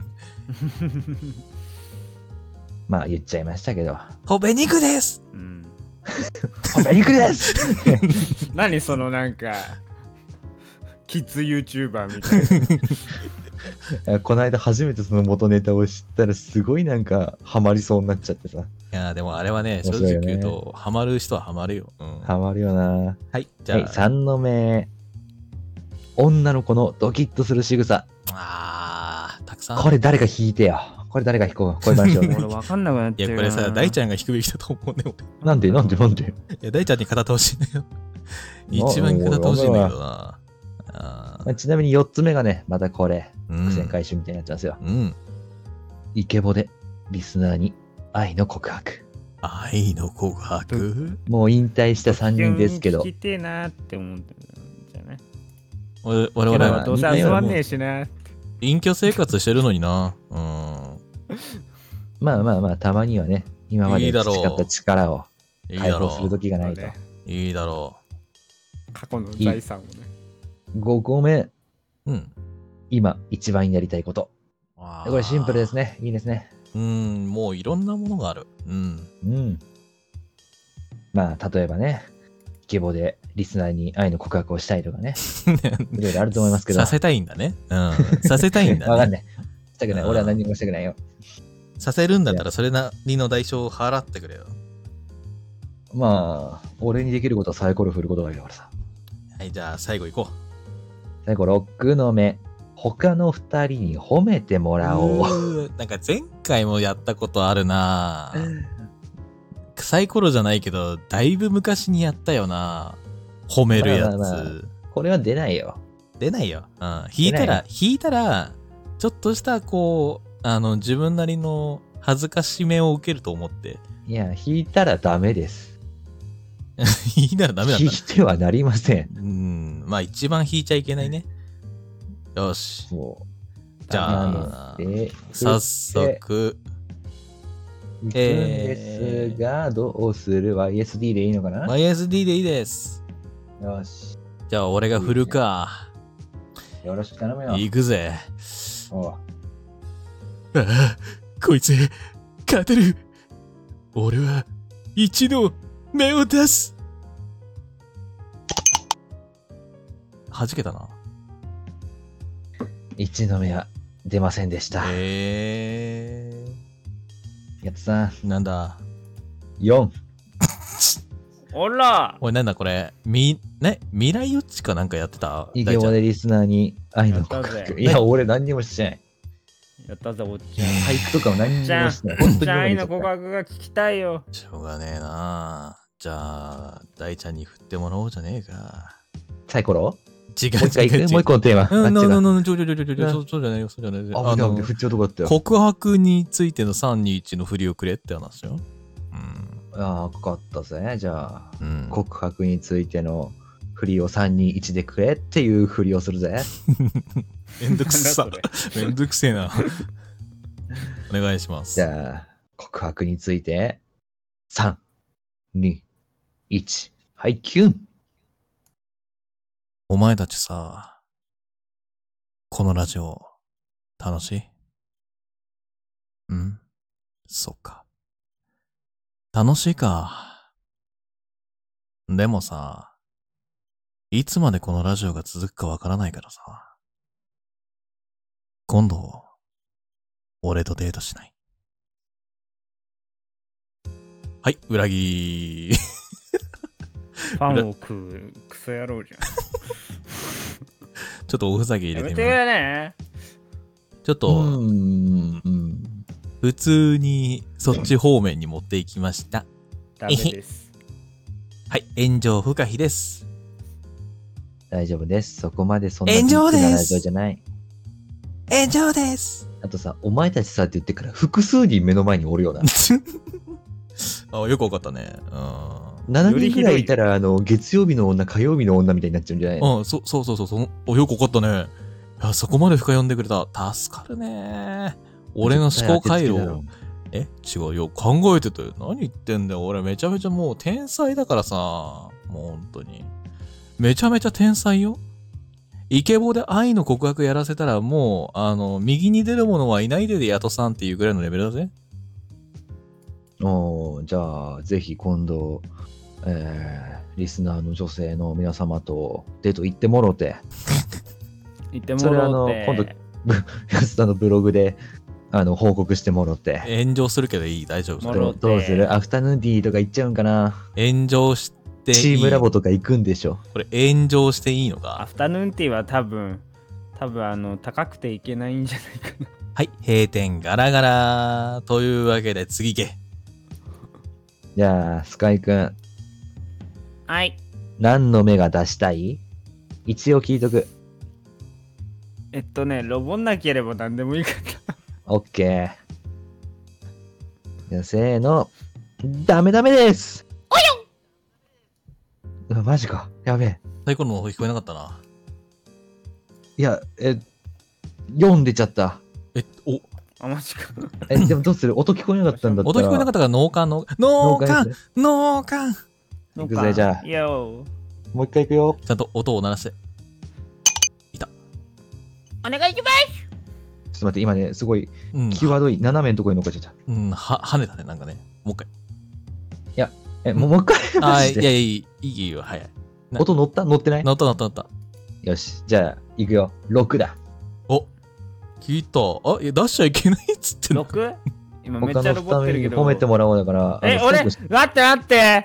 まあ、言っちゃいましたけど。 ほっぺ肉です、 うん、 ほっぺ肉です何そのなんか、キッズ YouTuber みたいな。この間初めてその元ネタを知ったらすごいなんかハマりそうになっちゃってさ。 いやでもあれはね、正直言うと、ハマる人はハマるよ。うん、 ハマるよな。 はい、じゃあ。はい、 さんの目。女の子のドキッとする仕草。 あー、たくさん。 これ誰か引いてよ。これ誰か引こう。これ話しようね。 俺わかんなくなっちゃう。 いや、これさ、大ちゃんが引くべきだと思うね、俺。 なんでなんでなんでいや、大ちゃんに語ってほしいんだよ。一番語ってほしいんだけどな。 あちなみによっつめがね、またこれ、伏線回収みたいになっちゃうんですよ。 うん。 イケボでリスナーに愛の告白。 愛の告白？ もう引退したさんにんですけど。 聞きてえなって思ってたんじゃない？ 我々はどうせ集まんねえしな。 隠居生活してるのにな。うん。 まあまあまあ、たまにはね、今まで培った力を解放する時がないと。 いいだろう。過去の財産をね。 ごこめ。 うん。 今、一番やりたいこと。これシンプルですね。いいですね。 うん、もういろんなものがある。うん。 うん。まあ、例えばね、イケボでリスナーに愛の告白をしたいとかね。いろいろあると思いますけど。 させたいんだね。うん。させたいんだね。 わかんない。したくない。俺は何もしたくないよ。 させるんだったらそれなりの代償を払ってくれよ。 まあ、俺にできることはサイコロ振ることだけだからさ。 はい、じゃあ最後行こ最後、ろくの目。他のふたりに褒めてもらおう。 うーなんか前回もやったことあるなサイコロじゃないけど、だいぶ昔にやったよな褒めるやつ。 まあまあまあこれは出ないよ。 出ないよ。うん。引いたら、引いたら、ちょっとした、こう、あの、自分なりの恥ずかしめを受けると思って。 いや、引いたらダメです。 引いたらダメなんだ。 引いてはなりません。 うん。まあ一番引いちゃいけないね。よし。じゃあ、早速。 行くんですが、どうする ?ワイエスディー でいいのかな ?ワイエスディー でいいです。 よし。 じゃあ俺が振るか。 よろしく頼むよ。 行くぜ。 おう。 ああ、こいつ、勝てる。俺は、一の目を出す。弾けたな。 一の目は出ませんでした。 えー。やつさん。なんだ。 よん。 おらおい、なんだこれ。み、ね、未来予知かなんかやってたイケモでリスナーに愛の告白。いや、俺何にもしてない。 やったぜ、おっちゃん。 俳句とかも何にもしてない。 本当に愛の告白が聞きたいよ。 しょうがねえな。じゃあ、大ちゃんに振ってもらおうじゃねえか。 サイコロ違う違う違う。もう一個のテーマ。 うん、no, no, no, ちょちょちょちょちょ、そうじゃないよ、そうじゃないよ。 あ、でも振っちゃうとこだったよ。 告白についてのさんにいちの振りをくれって話よ。 うん。ああ、かかったぜ。じゃあ、 うん、 告白についての振りをさんにいちでくれっていう振りをするぜ。 めんどくさ。めんどくせえな。お願いします。 じゃあ、告白について、さん、に、いち、はい、キュン。 お前たちさ、このラジオ、楽しい？うん？そっか。楽しいか。でもさ、いつまでこのラジオが続くかわからないからさ、今度、俺とデートしない？はい、裏切り。 ファンを食うクソ野郎じゃん。 ちょっとおふざけ入れてみる。やめてね。 ちょっと、普通にそっち方面に持っていきました。 ダメです。 はい、炎上不可避です。 大丈夫です。そこまでそんな炎上です。 ラジオじゃない。 炎上です。 あとさ、お前たちさって言ってから複数人目の前におるような。 あ、よくわかったね。うん。 ななにんくらいいたら、あの、月曜日の女、火曜日の女みたいになっちゃうんじゃないの？ うん、そ、そうそうそうそう。お、よくわかったね。いや、そこまで深読んでくれた。助かるね。俺の思考回路。え違うよ。考えてたよ。何言ってんだよ。俺めちゃめちゃもう天才だからさ。もう本当に。めちゃめちゃ天才よ。イケボで愛の告白やらせたらもう、あの、右に出る者はいないででヤトさんっていうぐらいのレベルだぜ。 おー、じゃあ、ぜひ今度、えー、リスナーの女性の皆様とデート行ってもろて。 行ってもろて。 それあの、今度、安田のブログで、あの、報告してもろて。 炎上するけどいい？大丈夫？ ど, どうする？アフタヌーンティーとか行っちゃうんかな？ 炎上していい？ チームラボとか行くんでしょ。 これ炎上していいのか？ アフタヌーンティーは多分、多分あの、高くていけないんじゃないかな。 はい、閉店ガラガラ。というわけで次行け。 じゃあ、スカイくん。 はい。 何の目が出したい？一応聞いとく。 えっとね、ロボんなければ何でもいいかな。 オッケー。じゃあ、せーの。ダメダメです。 おようわ、マジか。やべえ。 最後の方聞こえなかったな。 いや、え、よん出ちゃった。 え、お。 あ、マジか。 え、でもどうする？音聞こえなかったんだったら。 音聞こえなかったから脳幹、脳幹、脳幹、脳幹。 いくぜ、じゃあ。 いやもう一回いくよ。 ちゃんと音を鳴らして。いた。 お願いします。 ちょっと待って、今ね、すごい、際どい、斜めのところに残っちゃった。 うん、は、跳ねたね、なんかね。もう一回。 いや、え、もうもう一回あ、いやいや、いい、いいよ、早い。 音乗った乗ってない？ 乗った乗った乗った。 よし、じゃあ、いくよ。ろくだ。 お、聞いた。あ、いや、出しちゃいけないっつってんの。 ろく？ 今めっちゃロボってるけど。 他のふたりに褒めてもらおうだから。 え、俺、待って待って。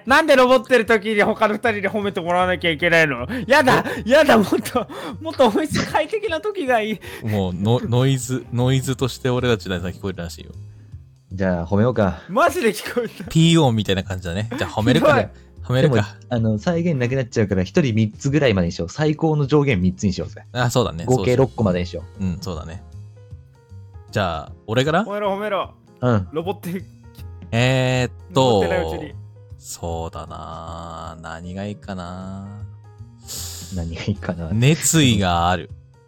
なんでロボってる時に他のふたりに褒めてもらわなきゃいけないの？やだ、やだ、もっと、もっと音質快適な時がいい。 もうノ、ノイズ、ノイズとして俺たち大さん聞こえるらしいよ。 じゃあ褒めようか。 マジで聞こえた。 ピー 音みたいな感じだね。じゃあ褒めるか。褒めるか。 あの、再現なくなっちゃうから、ひとりみっつぐらいまでにしよう。最高の上限みっつにしようぜ。 あ、そうだね。 合計ろっこまでにしよう。うん、そうだね。じゃあ、俺から褒めろ褒めろ。 うん。 ロボってる。 えーっと、 ロボってないうちに。 そうだな何がいいかな何がいいかな熱意がある。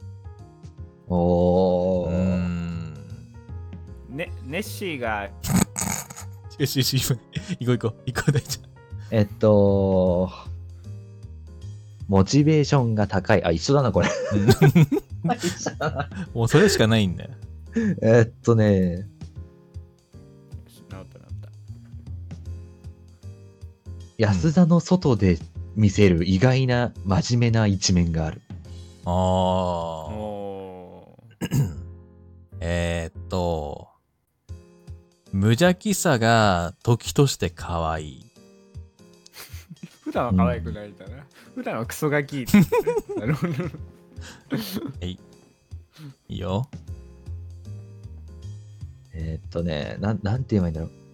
おー。 うーん。 ね、ネッシーが。 よしよし、行こう行こう。行こう大ちゃん。 えっと、モチベーションが高い。あ、一緒だな、これ。 もうそれしかないんだよ。 えっとね、 なったなった。 安田の外で見せる意外な真面目な一面がある。 あー。 おーえーっと、無邪気さが時として可愛い。 普段は可愛くないんだな。うん、普段はクソガキ。なるほど。 はい。いいよ。 えーっとね、なん、なんて言えばいいんだろう。好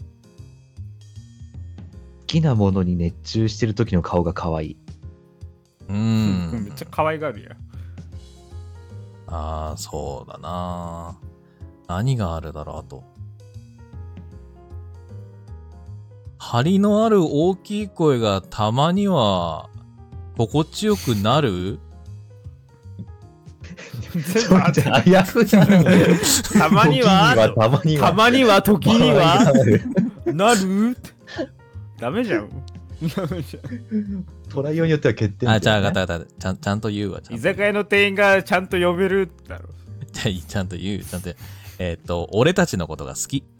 きなものに熱中してる時の顔が可愛い。 うーん。 めっちゃ可愛がるやん。 ああ、そうだな。何があるだろう、あと。張りのある大きい声がたまには心地よくなる？ 全部あってあやふやな。 たまには、 たまには、 たまには、時には、なるダメじゃん。ダメじゃん。 トライオンによっては決定、 あ、じゃあ、ガタガタ、ちゃん、ちゃんと言うわ。 居酒屋の店員がちゃんと呼べるだろ。 じゃあ、ちゃんと言う。ちゃんと。えっと、俺たちのことが好き。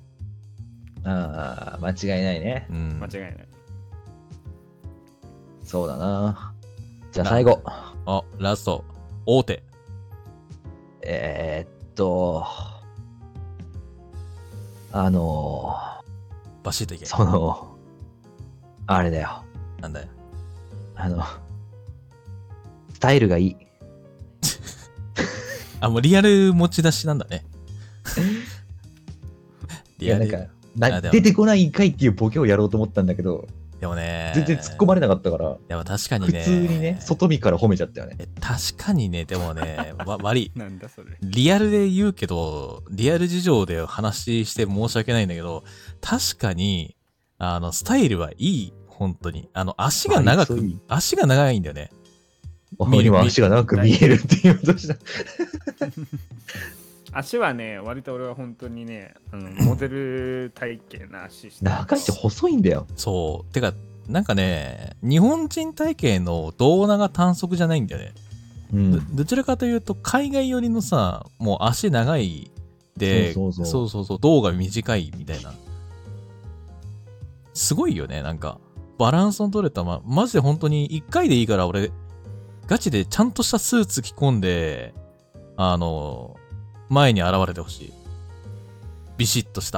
ああ、間違いないね。 うん。 間違いない。 そうだな。じゃあ最後。 あ、ラスト。大手。 えー、っと、あのバシッといけ。 その、あれだよ。 なんだよ。 あの、スタイルがいい。 あ、もうリアル持ち出しなんだね。リアル。 いや、なんか、な出てこないんかいっていうボケをやろうと思ったんだけど、 でもね、 全然突っ込まれなかったから、 でも確かにね、 普通にね、外見から褒めちゃったよね。 確かにね、でもね、わ悪い。 なんだそれ。 リアルで言うけど、リアル事情で話して申し訳ないんだけど、確かに、あの、スタイルはいい。本当に。あの、足が長く、足が長いんだよね。 今足が長く見えるって言おうとした。 足はね、割と俺は本当にね、あのモデル体型な足して長いって細いんだよ。 そう。てか、なんかね、日本人体型の胴長短足じゃないんだよね。うん、ど, どちらかというと、海外寄りのさ、もう足長いで、そうそうそう、そうそうそう胴が短いみたいな。すごいよね、なんか。バランスの取れた、ま、マジで本当にいっかいでいいから俺、ガチでちゃんとしたスーツ着込んで、あの、前に現れてほしい。ビシッとした。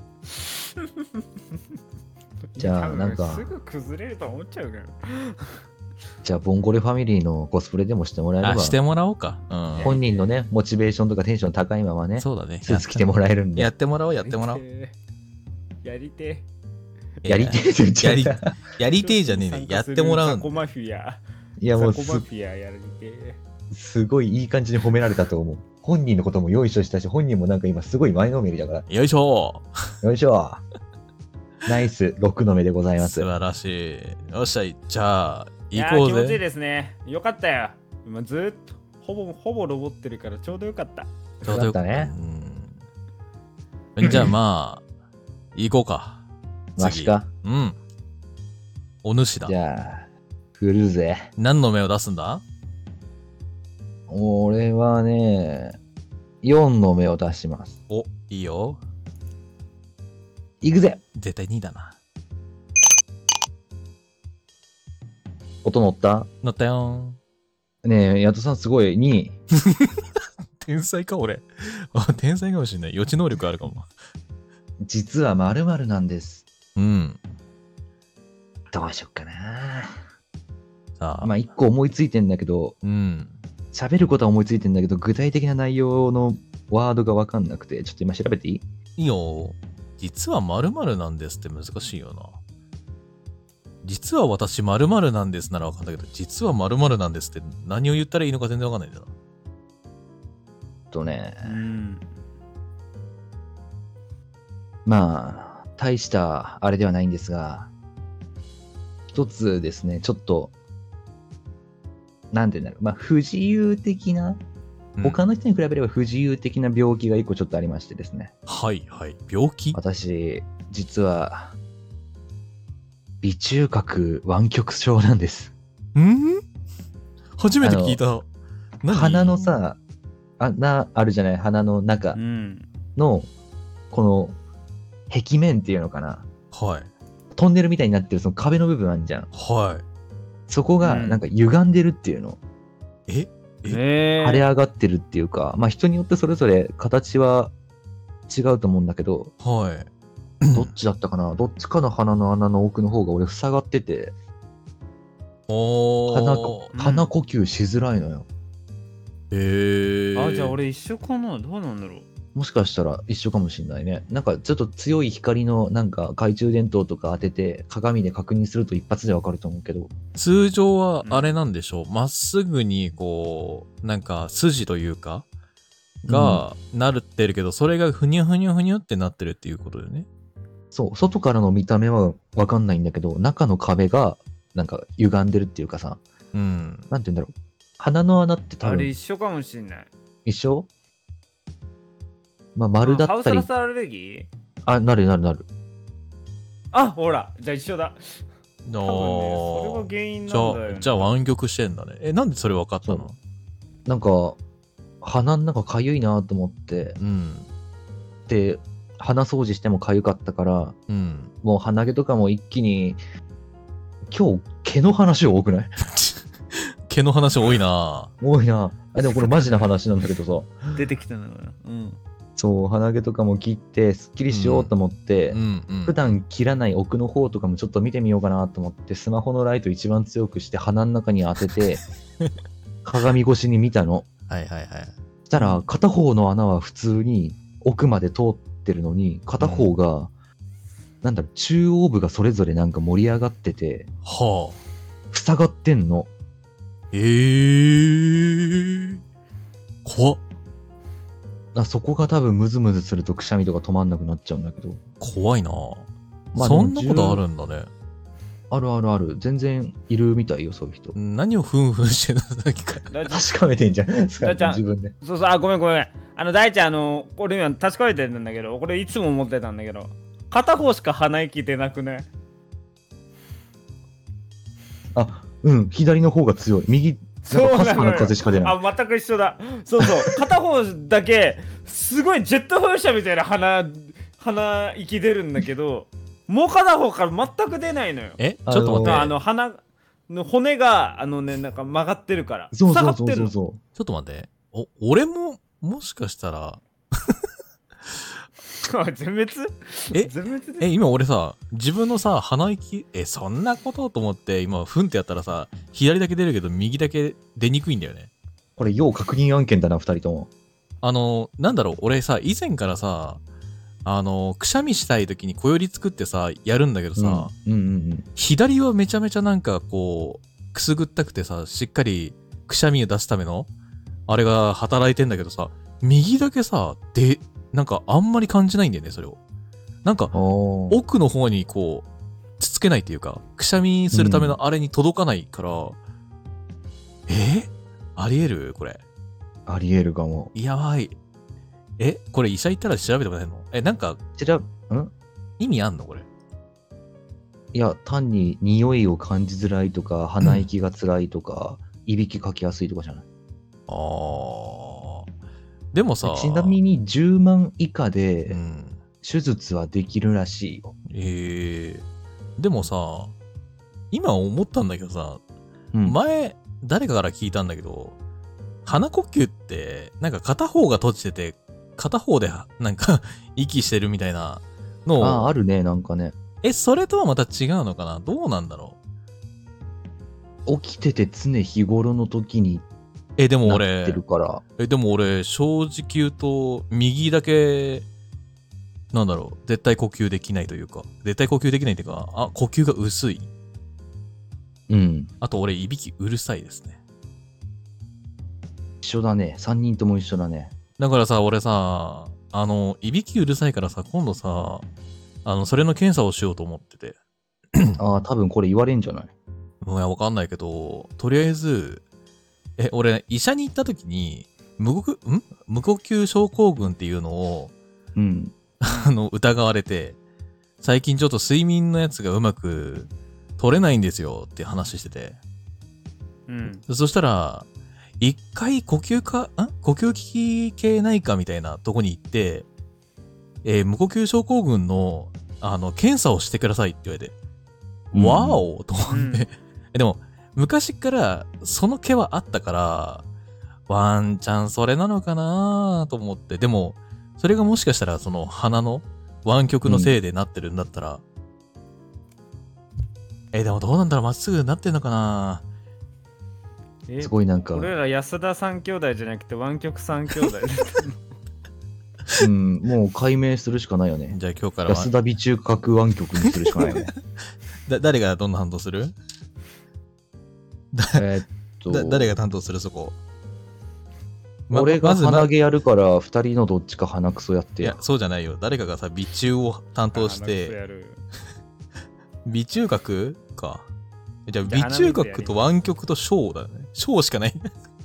じゃあ、なんか。 すぐ崩れると思っちゃうから。 じゃあ、ボンゴレファミリーのコスプレでもしてもらえれば。 あ、してもらおうか。うん。 本人のね、モチベーションとかテンション高いままね。 そうだね。 スーツ着てもらえるんで。 やってもらおう、やってもらおう。 やりてやりてえって言っちゃった。 やりてえじゃねえね。やってもらうザコマフィア。 いやもうザコマフィアやりてえ。 すごいいい感じに褒められたと思う。本人のこともよいしょしたし、本人もなんか今すごい前のめりだから。 よいしょよいしょナイス、ろくの目でございます。 素晴らしい。よっしゃ、じゃあ、行こうぜ。 気持ちいいですね。よかったよ。今ずっと、ほぼ、ほぼロボってるからちょうどよかった。 ちょうどよかったね。 うん、じゃあまあ、行こうか。 マジか。 うん。お主だ。 じゃあ、振るぜ。 何の目を出すんだ？ 俺はね、よんの目を出します。 お、いいよ。 いくぜ。 絶対にだな。 音乗った？ 乗ったよー。ねえ、ヤトさんすごい、に。 天才か、俺。天才かもしれない。予知能力あるかも。 実は〇〇なんです。 うん。 どうしよっかな。 さあ。 まあ一個思いついてんだけど、 うん。 喋ることは思いついてんだけど、具体的な内容のワードがわかんなくて、ちょっと今調べていい？ いいよ。実は〇〇なんですって難しいよな。実は私〇〇なんですならわかんないけど、実は〇〇なんですって何を言ったらいいのか全然わかんないんだよな。 とね、 うん、 まあ、大したあれではないんですが、一つですね、ちょっと、なんて言うんだろう、まあ、不自由的な、 うん、 他の人に比べれば不自由的な病気が一個ちょっとありましてですね。 はいはい。病気？ 私、実は、鼻中隔湾曲症なんです。 ん？初めて聞いた。 鼻のさ、穴あるじゃない、鼻の中の、この、壁面っていうのかな。 はい。 トンネルみたいになってるその壁の部分あるじゃん。 はい。 そこがなんか歪んでるっていうの。 うん、ええ腫れ上がってるっていうか、まあ人によってそれぞれ形は違うと思うんだけど、 はい。 どっちだったかな、どっちかの鼻の穴の奥の方が俺塞がってて、 お鼻、鼻呼吸しづらいのよ。 へえー。 あ、じゃあ俺一緒かな？どうなんだろう。 もしかしたら一緒かもしれないね。なんかちょっと強い光のなんか懐中電灯とか当てて鏡で確認すると一発でわかると思うけど。 通常はあれなんでしょう。ま、うん、っすぐにこう、なんか筋というか、がなるってるけど、うん、それがふにゅふにゅふにゅってなってるっていうことだよね。 そう、外からの見た目はわかんないんだけど、中の壁がなんか歪んでるっていうかさ、 うん。 なんて言うんだろう。鼻の穴って多分。 あれ一緒かもしんない。 一緒？まあ、丸だったり。 ハウスダストアレルギー？ あ、なるなるなる。 あ、ほら、じゃあ一緒だ。 多分ね、 それが原因なんだよ、ね。 じゃあ、じゃあ湾曲してんだね。え、なんでそれ分かったの？ なんか、鼻の中かゆいなと思って、 うん。 で、鼻掃除してもかゆかったから、 うん、 もう鼻毛とかも一気に、今日毛の話多くない？ 毛の話多いな多いなあ。でもこれマジな話なんだけどさ。 出てきたのかな。うん。 そう、鼻毛とかも切って、すっきりしようと思って、 うんうんうん、 普段切らない奥の方とかもちょっと見てみようかなと思って、スマホのライト一番強くして鼻の中に当てて、鏡越しに見たの。 はいはいはい。 そしたら、片方の穴は普通に奥まで通ってるのに、片方が、うん、なんだろう、中央部がそれぞれなんか盛り上がってて、 はあ。 塞がってんの。 えー。怖っ。 あ、そこが多分ムズムズするとくしゃみとか止まんなくなっちゃうんだけど。 怖いな、まあ、そんなことあるんだね。 あるあるある。全然いるみたいよ、そういう人。 何をふんふんしてるのだけか。 確かめてんじゃん。自分で。 そうそう、あ、ごめんごめん。あの、大ちゃん、あの、これ今確かめてるんだけど、これいつも思ってたんだけど、片方しか鼻息出なくね。 あ、うん、左の方が強い。右、 そうなのよ。 かすかな風しか出ない。 あ、全く一緒だ。そうそう。片方だけ、すごいジェット噴射みたいな鼻、鼻息出るんだけど、もう片方から全く出ないのよ。 え、ちょっと待って。 あの、鼻の骨が、あのね、なんか曲がってるから。 そうそうそうそうそう。 ちょっと待って。お、俺も、もしかしたら、 全滅？ え全滅え、今俺さ、自分のさ、鼻息、え、そんなことと思って、今、ふんってやったらさ、左だけ出るけど、右だけ出にくいんだよね。 これ、要確認案件だな、二人とも。 あの、なんだろう、俺さ、以前からさ、あの、くしゃみしたい時に小より作ってさ、やるんだけどさ、 うんうんうんうん、 左はめちゃめちゃなんかこう、くすぐったくてさ、しっかりくしゃみを出すための、あれが働いてんだけどさ、右だけさ、で、なんかあんまり感じないんだよね、それを。なんか、奥の方にこう、つつけないっていうか、くしゃみするためのあれに届かないから、うん、えありえるこれ。 ありえるかも。 やばい。えこれ医者行ったら調べてもらえるの？え、なんか、 調べ、ん意味あんのこれ。 いや、単に匂いを感じづらいとか、鼻息が辛いとか、いびきかきやすいとかじゃない？ あー。でもさ、 ちなみにじゅうまん以下で手術はできるらしいよ。 うん、えー、でもさ、今思ったんだけどさ、うん、前誰かから聞いたんだけど、鼻呼吸ってなんか片方が閉じてて片方でなんか息してるみたいなの、 ああ、あるね、なんかね。 え、それとはまた違うのかな？どうなんだろ起きてて常日頃の時にう？え、でもなっ俺て、るから。 え、でも俺、正直言うと、右だけ、なんだろう、絶対呼吸できないというか、絶対呼吸できないというか、あ、呼吸が薄い。 うん。 あと俺、いびきうるさいですね。 一緒だね。三人とも一緒だね。 だからさ、俺さ、あの、いびきうるさいからさ、今度さ、あの、それの検査をしようと思ってて。 ああ、多分これ言われんじゃない？ いや、わかんないけど、とりあえず、え、俺、医者に行った時に、無呼吸、ん無呼吸症候群っていうのを、 うん。 あの、疑われて、最近ちょっと睡眠のやつがうまく取れないんですよって話してて。 うん。 そしたら、一回呼吸か、ん呼吸器系内科みたいなとこに行って、えー無呼吸症候群の、あの、検査をしてくださいって言われて、 うんわーおと思って、 うんでも、昔からその毛はあったから、ワンチャンそれなのかなと思って、でも、それがもしかしたらその鼻の湾曲のせいでなってるんだったら、え、でもどうなんだろう、まっすぐなってんのかな？ えすごいなんか、 俺ら安田三兄弟じゃなくて湾曲三兄弟だったの。 うん、もう解明するしかないよね。 じゃあ今日からは安田美中核湾曲にするしかないよね。 だ、誰がどんな担当する？ えーっと、 だ、誰が担当するそこ？ま俺がまずま鼻毛やるから、二人のどっちか鼻くそやってやいや、。そうじゃないよ。誰かがさ、微中を担当しあ鼻くそて、 やる微中核か。じゃあ、 じゃあ微中核と湾曲と小だよね。小しかない。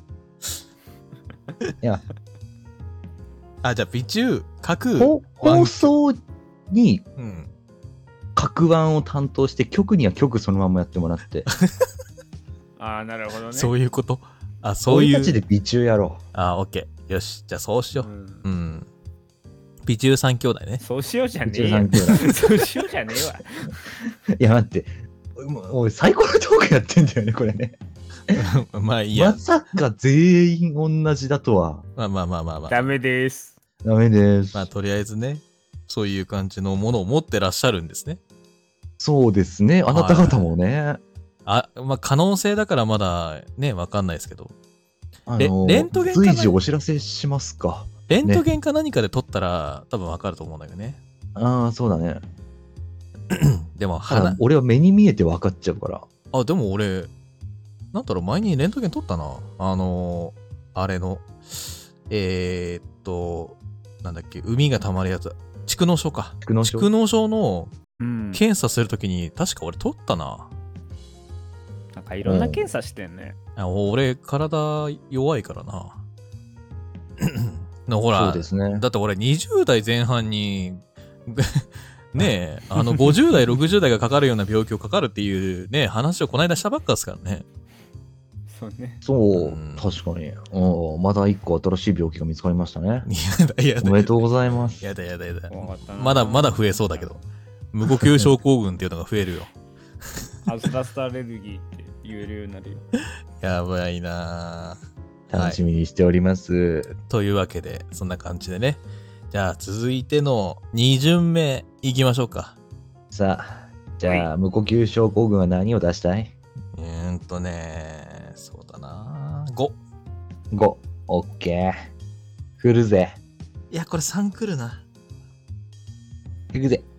いや、 あ、じゃあ、微中核、 ほ放送にうん。 核湾を担当して局には局そのままやってもらって、 ああ、なるほどね。 そういうこと。あ、そういう。 俺たちで美中やろあ、オッケー。よし。じゃあ、そうしよう。 うんうん。微中三兄弟ね。 そうしようじゃう。 ねえよ美中三。兄弟。 そうしようじゃねえわ。 いや待って、もう俺サイコロトークやってんだよね、これね。 まあいいやま。さか全員同じだとは。 まあまあまあまあまあ。 ダメです。 ダメです。 まあ、とりあえずね、そういう感じのものを持ってらっしゃるんですね。 そうですね。あなた方もね。 あ、まあ、可能性だからまだね、わかんないですけど。 あのレントゲンかな随時お知らせしますか。 レントゲンか何かで撮ったら、多分わかると思うんだけどね。 ああ、そうだね。 でも、 ただ鼻、 俺は目に見えて分かっちゃうから。 あ、でも俺、なんだろう、前にレントゲン撮ったな。あのー、あれの、えー、っと、なんだっけ、海が溜まるやつ。蓄膿症か。 蓄膿症蓄膿症のうん。 検査するときに、確か俺撮ったな。 なんかいろんな検査してんね。 あ俺、体弱いからな。のほら、 そうですね。 だって俺にじゅう代前半に、ねえ、あのごじゅう代、ろくじゅう代がかかるような病気をかかるっていうね、話をこの間したばっかですからね。 そうね。 そう、 うん確かに。うんまだ一個新しい病気が見つかりましたね。 やだ、やだ。 おめでとうございます。 やだ、やだ、やだ。 怖かったなまだ、まだ増えそうだけど。無呼吸症候群っていうのが増えるよ。 アスタスタアレルギーって言えるようになるよ。 やばいなぁ。 楽しみにしております。 というわけで、そんな感じでね。じゃあ、続いてのに巡目いきましょうか。 さあ、じゃあ、無呼吸症候群は何を出したいうーんとね、そうだなご。 ご。オッケー。振るぜ。 いや、これさん来るな。 いくぜ。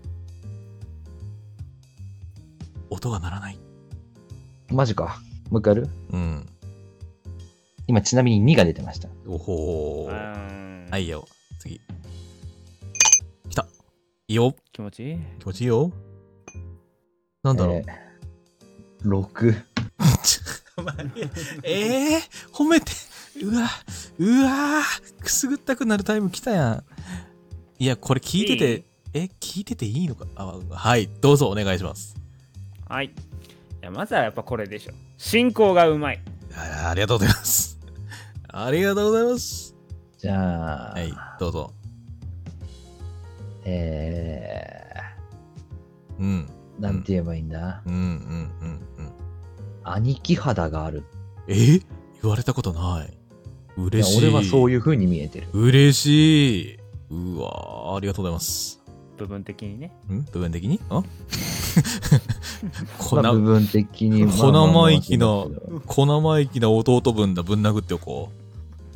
音が鳴らない。 マジか。もう一回やる？ うん。 今ちなみににが出てました。 おほうー。 んはいよ。次。来た。いいよ。 気持ちいい。 気持ちいいよ。なんだろう。 えー、ろく。 えー、褒めて。うわ、うわくすぐったくなるタイム来たやん。いや、これ聞いてて、 いいえ、聞いてていいのかあ、はい、どうぞお願いします。 はい。いや、まずはやっぱこれでしょ。進行がうまい。 あありがとうございます。ありがとうございます。 じゃあ、 はい、どうぞ。 えうん。 ー、なんて言えばいいんだ、 うんうんうんうん。 兄貴肌がある。 え言われたことない。 いや嬉しい。 俺はそういう。 いう風に見えてる。 嬉しい。うわーありがとうございます。 部分的にね。 ん部分的にんこまあ部分的に。 小生意気の、小生意気な弟分だ、ぶん殴っておこう。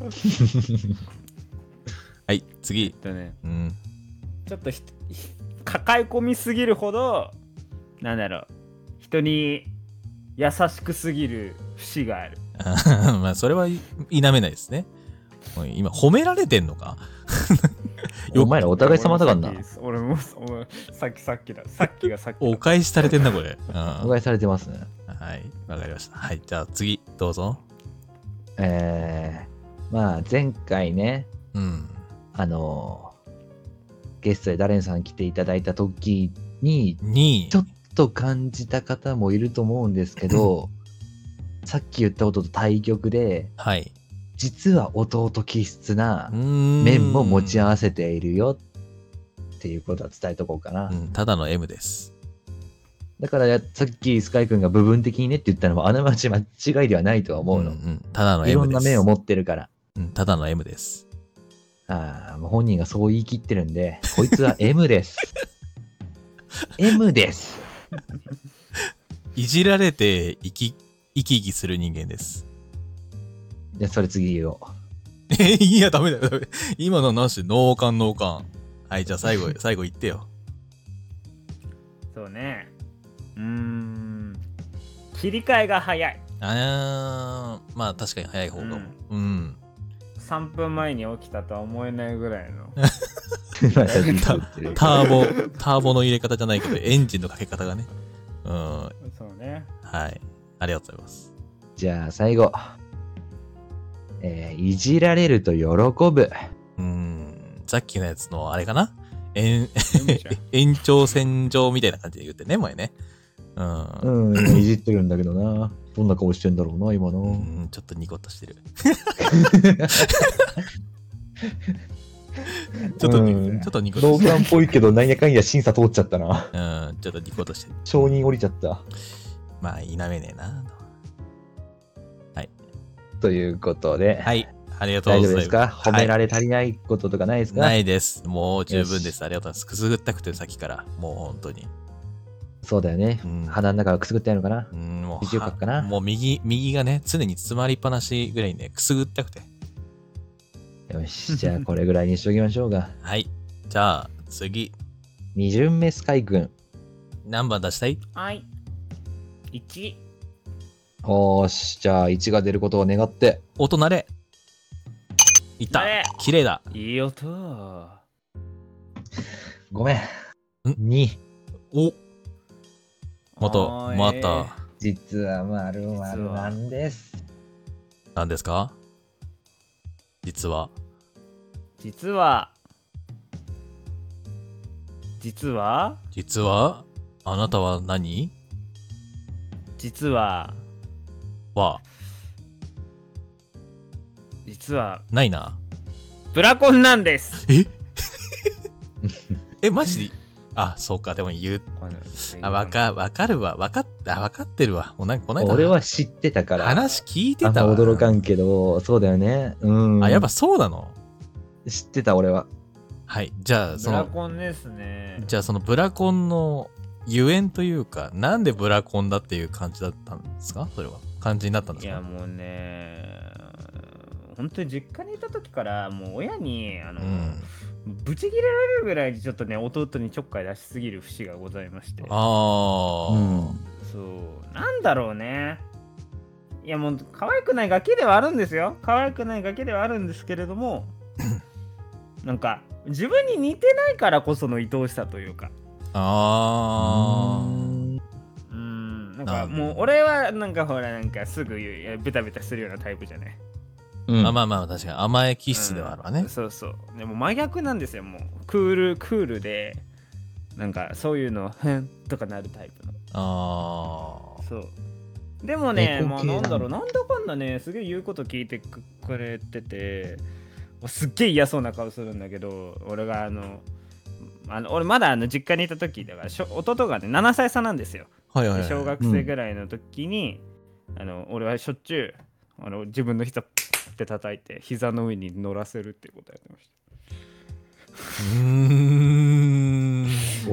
はい、次。 えっとね、 うん、 ちょっとひ抱え込みすぎるほど、なんだろう、人に優しくすぎる節がある。 まあ、それは否めないですね。今、褒められてんのかお前らお互い様だからな。 俺もさっきさっきだ。さっきがさっきだ。 お返しされてんな、これ。うん、 お返しされてますね。 はい、わかりました。はい、じゃあ次、どうぞ。 えー、まあ、前回ね、 うん。 あのー、ゲストでダレンさん来ていただいた時に、 に、 ちょっと感じた方もいると思うんですけど、さっき言ったことと対極で、 はい。 実は弟気質なうーん面も持ち合わせているよっていうことは伝えとこうかな。 うん、ただの M です。 だからさっきスカイ君が部分的にねって言ったのはあながち間違いではないとは思うの。 うんうん、ただの M です。 いろんな面を持ってるから。 うん、ただの M です。 ああ、もう本人がそう言い切ってるんで、こいつは M です。M です。 いじられて生き、生き生きする人間です。 じゃあそれ次言おう。 え、いや、ダメだよ、ダメ。今のなし、脳幹脳幹。はい、じゃあ最後、最後言ってよ。 そうね。うーん。切り替えが早い。 あー、まあ確かに早い方かも。うん。うん、 さんぷんまえに起きたとは思えないぐらいの。 ターボ、ターボの入れ方じゃないけど、エンジンのかけ方がね。うん。 そうね。 はい。ありがとうございます。 じゃあ最後。えー、いじられると喜ぶ。 うーん。さっきのやつのあれかな延延長線上みたいな感じで言ってね、前ね。うん。 うん、いじってるんだけどな。どんな顔してんだろうな、今の。 うん、ちょっとニコッとしてる。ちょっと、うん、ちょっとニコッとしてる。 同感っぽいけど、なんやかんや審査通っちゃったな。 うん、ちょっとニコッとしてる。 承認降りちゃった。 まあ、否めねえな。はい。 ということで。 はい。ありがとうございます。大丈夫ですか？ 褒められ足りないこととかないですか？ ないです。もう十分です。ありがとうございます。くすぐったくて、さっきから。もう本当に。 そうだよね。うん、鼻の中がくすぐってやるのかな。 うん、もう。 肘かな。 もう右、右がね、常に包まりっぱなしぐらいね、くすぐったくて。 よし、じゃあこれぐらいにしときましょうか。 はい。じゃあ、次。 二巡目スカイ君。 何番出したい？ はい。いち。 おーし、じゃあいちが出ることを願って。 音鳴れ。いった。綺麗だ。 いい音。 ごめん。に。 お。また、また。 実は丸々なんです。 何ですか？実は。 実は。実は実はあなたは何？ 実は。 は。 実は。 ないな。 ブラコンなんです。 ええ、マジで？あ、そうか、でも言う。あ、わか、わかるわ。わかった、わかってるわ。もうなんかこの間。 俺は知ってたから。 話聞いてたわ。あんま驚かんけど、そうだよね。うん。 あ、やっぱそうなの？ 知ってた、俺は。 はい。じゃあ、その。ブラコンですね。 じゃあ、そのブラコンのゆえんというか、なんでブラコンだっていう感じだったんですか？それは。感じになったんですか？ いや、もうね、本当に実家にいた時から、もう親に、あの、うんブチ切れられるぐらいちょっとね弟にちょっかい出しすぎる節がございまして。 ああ、うん、 そうなんだろうね。いやもう可愛くないガキではあるんですよ。可愛くないガキではあるんですけれどもなんか自分に似てないからこその愛おしさというか。 ああ、 うんなんかもう俺はなんかほらなんかすぐベタベタするようなタイプじゃない。 うん、あまあまあ確かに甘え気質ではあるわね、 うん、そうそうでも真逆なんですよ。もうクールクールでなんかそういうのへんとかなるタイプの。 ああそうでもねまあなんだろうなんだかんだねすげえ言うこと聞いてくれててすっげえ嫌そうな顔するんだけど俺があのあの俺まだあの実家にいた時だから弟がねななさい差なんですよ、 はいはいはい、 小学生ぐらいの時に、うん、あの俺はしょっちゅうあの自分の膝って叩いて膝の上に乗らせるっていうことやってました。 うーん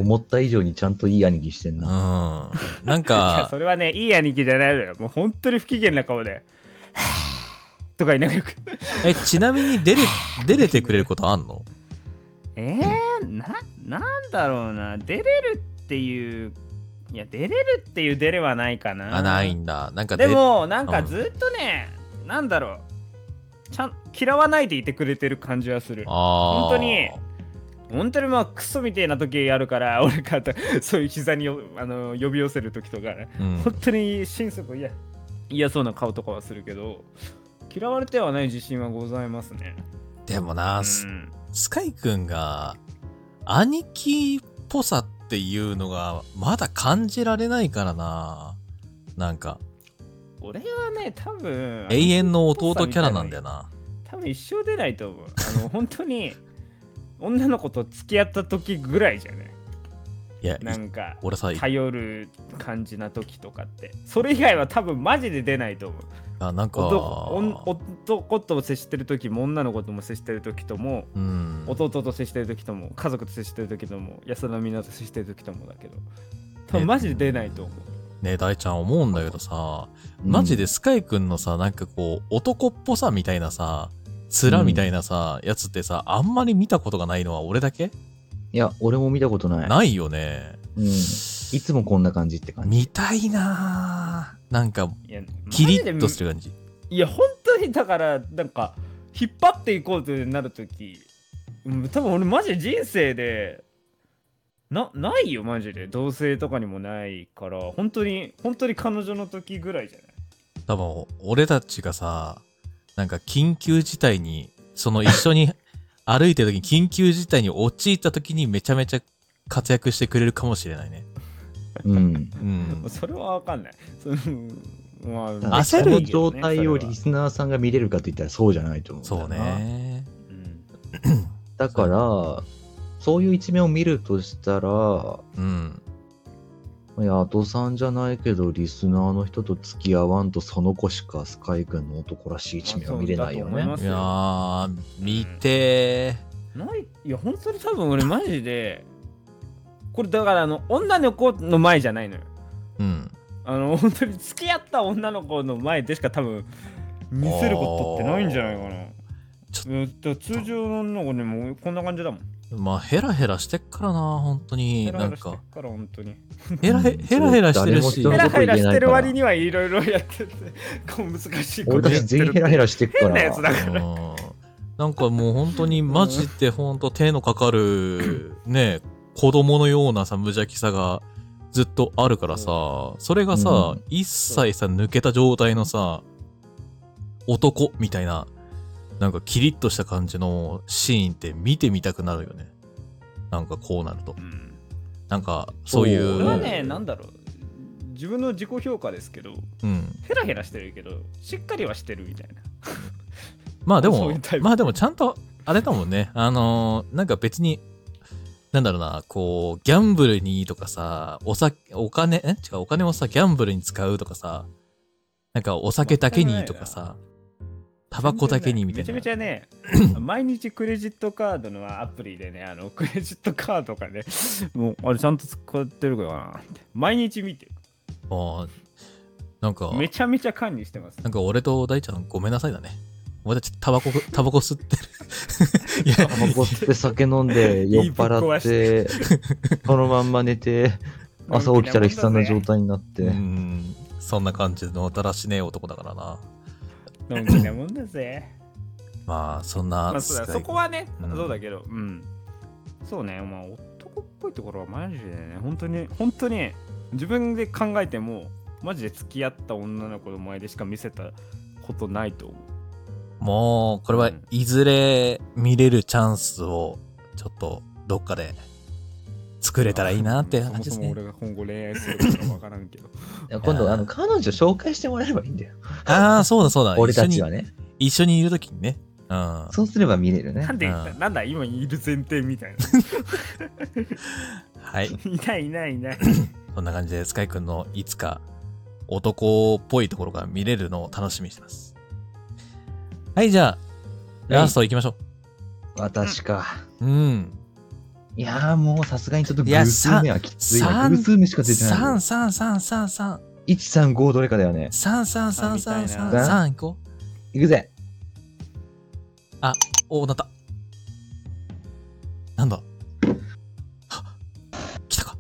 思った以上にちゃんといい兄貴してんな。 うん。なんいやか、 それはね、いい兄貴じゃないのよ。もう本当に不機嫌な顔で、とか言いながら、 え、ちなみに出れ、出れてくれることあんの？ えー、な、なんだろうな、出れるっていう、いや、出れるっていう出れはないかな。 あ、ないんだ。なんかでも、なんかずっとね、うん、なんだろう、ちゃん、嫌わないでいてくれてる感じはする。本当に、本当にまあクソみたいな時あるから俺かとそういう膝によあの呼び寄せる時とか、ね、うん、本当に心底嫌嫌そうな顔とかはするけど嫌われてはない自信はございますね。 でもな、うん、スカイくんが兄貴っぽさっていうのがまだ感じられないからな。なんか俺はね多分永遠の弟キャラなんだよな。 多分一生出ないと思う。あの本当に女の子と付き合った時ぐらいじゃね。いや、なんか俺さ頼る感じな時とかって、それ以外は多分マジで出ないと思う。 あ、なんか男, 男と接してる時も女の子とも接してる時とも、うん、弟と接してる時とも家族と接してる時とも安田みんなと接してる時ともだけど多分マジで出ないと思う。 ねえ大ちゃん思うんだけどさ、うん、マジでスカイくんのさなんかこう男っぽさみたいなさ面みたいなさ、うん、やつってさあんまり見たことがないのは俺だけ？ いや俺も見たことない。 ないよね。 うん。いつもこんな感じって感じ。 見たいなぁ。なんかキリッとする感じ。 いや本当にだからなんか引っ張っていこうとなるとき、うん、多分俺マジで人生でなないよマジで。同性とかにもないから本当に本当に彼女の時ぐらいじゃない？ 多分俺たちがさなんか緊急事態にその一緒に歩いてる時に緊急事態に陥った時にめちゃめちゃ活躍してくれるかもしれないね。 うん、 うん、それは分かんない。そのまあ、焦る状態をリスナーさんが見れるかって言ったらそうじゃないと思う。 そうね。 だからそういう一面を見るとしたら、うん。ヤトさんじゃないけどリスナーの人と付き合わんとその子しかスカイ君の男らしい一面は見れないよね。 いやー見てー、うん、ないいや本当に多分俺マジでこれだからあの女の子の前じゃないのよ。うん。あの本当に付き合った女の子の前でしか多分見せることってないんじゃないかな。ちょっと通常の女の子にもこんな感じだもん。 まあヘラヘラしてっからな本当に。 ヘラヘラしてっから本当にヘラヘヘラヘラしてるし、 ヘラヘラしてる割にはいろいろやっててこう難しいことやってる。俺たち全員ヘラヘラしてっから変なやつだから。 なんかもう本当にマジで本当手のかかるね子供のようなさ無邪気さがずっとあるからさ、それがさ、うん、一切さ抜けた状態のさ男みたいななんかキリッとした感じのシーンって見てみたくなるよね。なんかこうなると、うん、なんかそういう。 俺はねなんだろう自分の自己評価ですけど、うん、ヘラヘラしてるけどしっかりはしてるみたいな。 まあでもまあでもちゃんとあれだもんね。あのー、なんか別になんだろうなこうギャンブルにとかさお酒お金え違うお金をさギャンブルに使うとかさなんかお酒だけにとかさ。タバコだけにみたいな。 めちゃめちゃね毎日クレジットカードのアプリでねあのクレジットカードがねもうあれちゃんと使ってるかなって毎日見てる。 ああなんかめちゃめちゃ管理してます、ね、 なんか俺と大ちゃんごめんなさいだね。俺たちタバコタバコ吸ってるいやタバコ吸って酒飲んで酔っ払ってこのまんま寝て朝起きたら悲惨な状態になって、 うん、そんな感じのだらしねえ男だからな。 のんきなもんだぜ。 まあそんな、 まあ、そ, そこはね、うん、そうだけど、うん、そうね、まあ男っぽいところはマジでね、本当に本当に自分で考えてもマジで付き合った女の子の前でしか見せたことないと思う。 もうこれはいずれ見れるチャンスをちょっとどっかで作れたらいいなって話ですね。 そもそも俺が今後恋愛するか分からんけど。 今度あの彼女紹介してもらえればいいんだよ。 ああそうだそうだ。 俺たちはね。 一緒にいるときにね。うん。 そうすれば見れるね。 なんで言った、うん、なんだ今いる前提みたいな。 はい。 いないいないいない。 そんな感じでスカイくんのいつか男っぽいところが見れるのを楽しみにしてます。はいじゃあラスト行きましょう。私か。 うん。 いやーもうさすがにちょっといや偶数目はきついな。 さん偶数目しか出てない。 さんさんさんさんさん。 いちさんごどれかだよね。 さんさんさんさんさんさんさんいこう。 いくぜ。 おー、なった。なんだ。は来たか。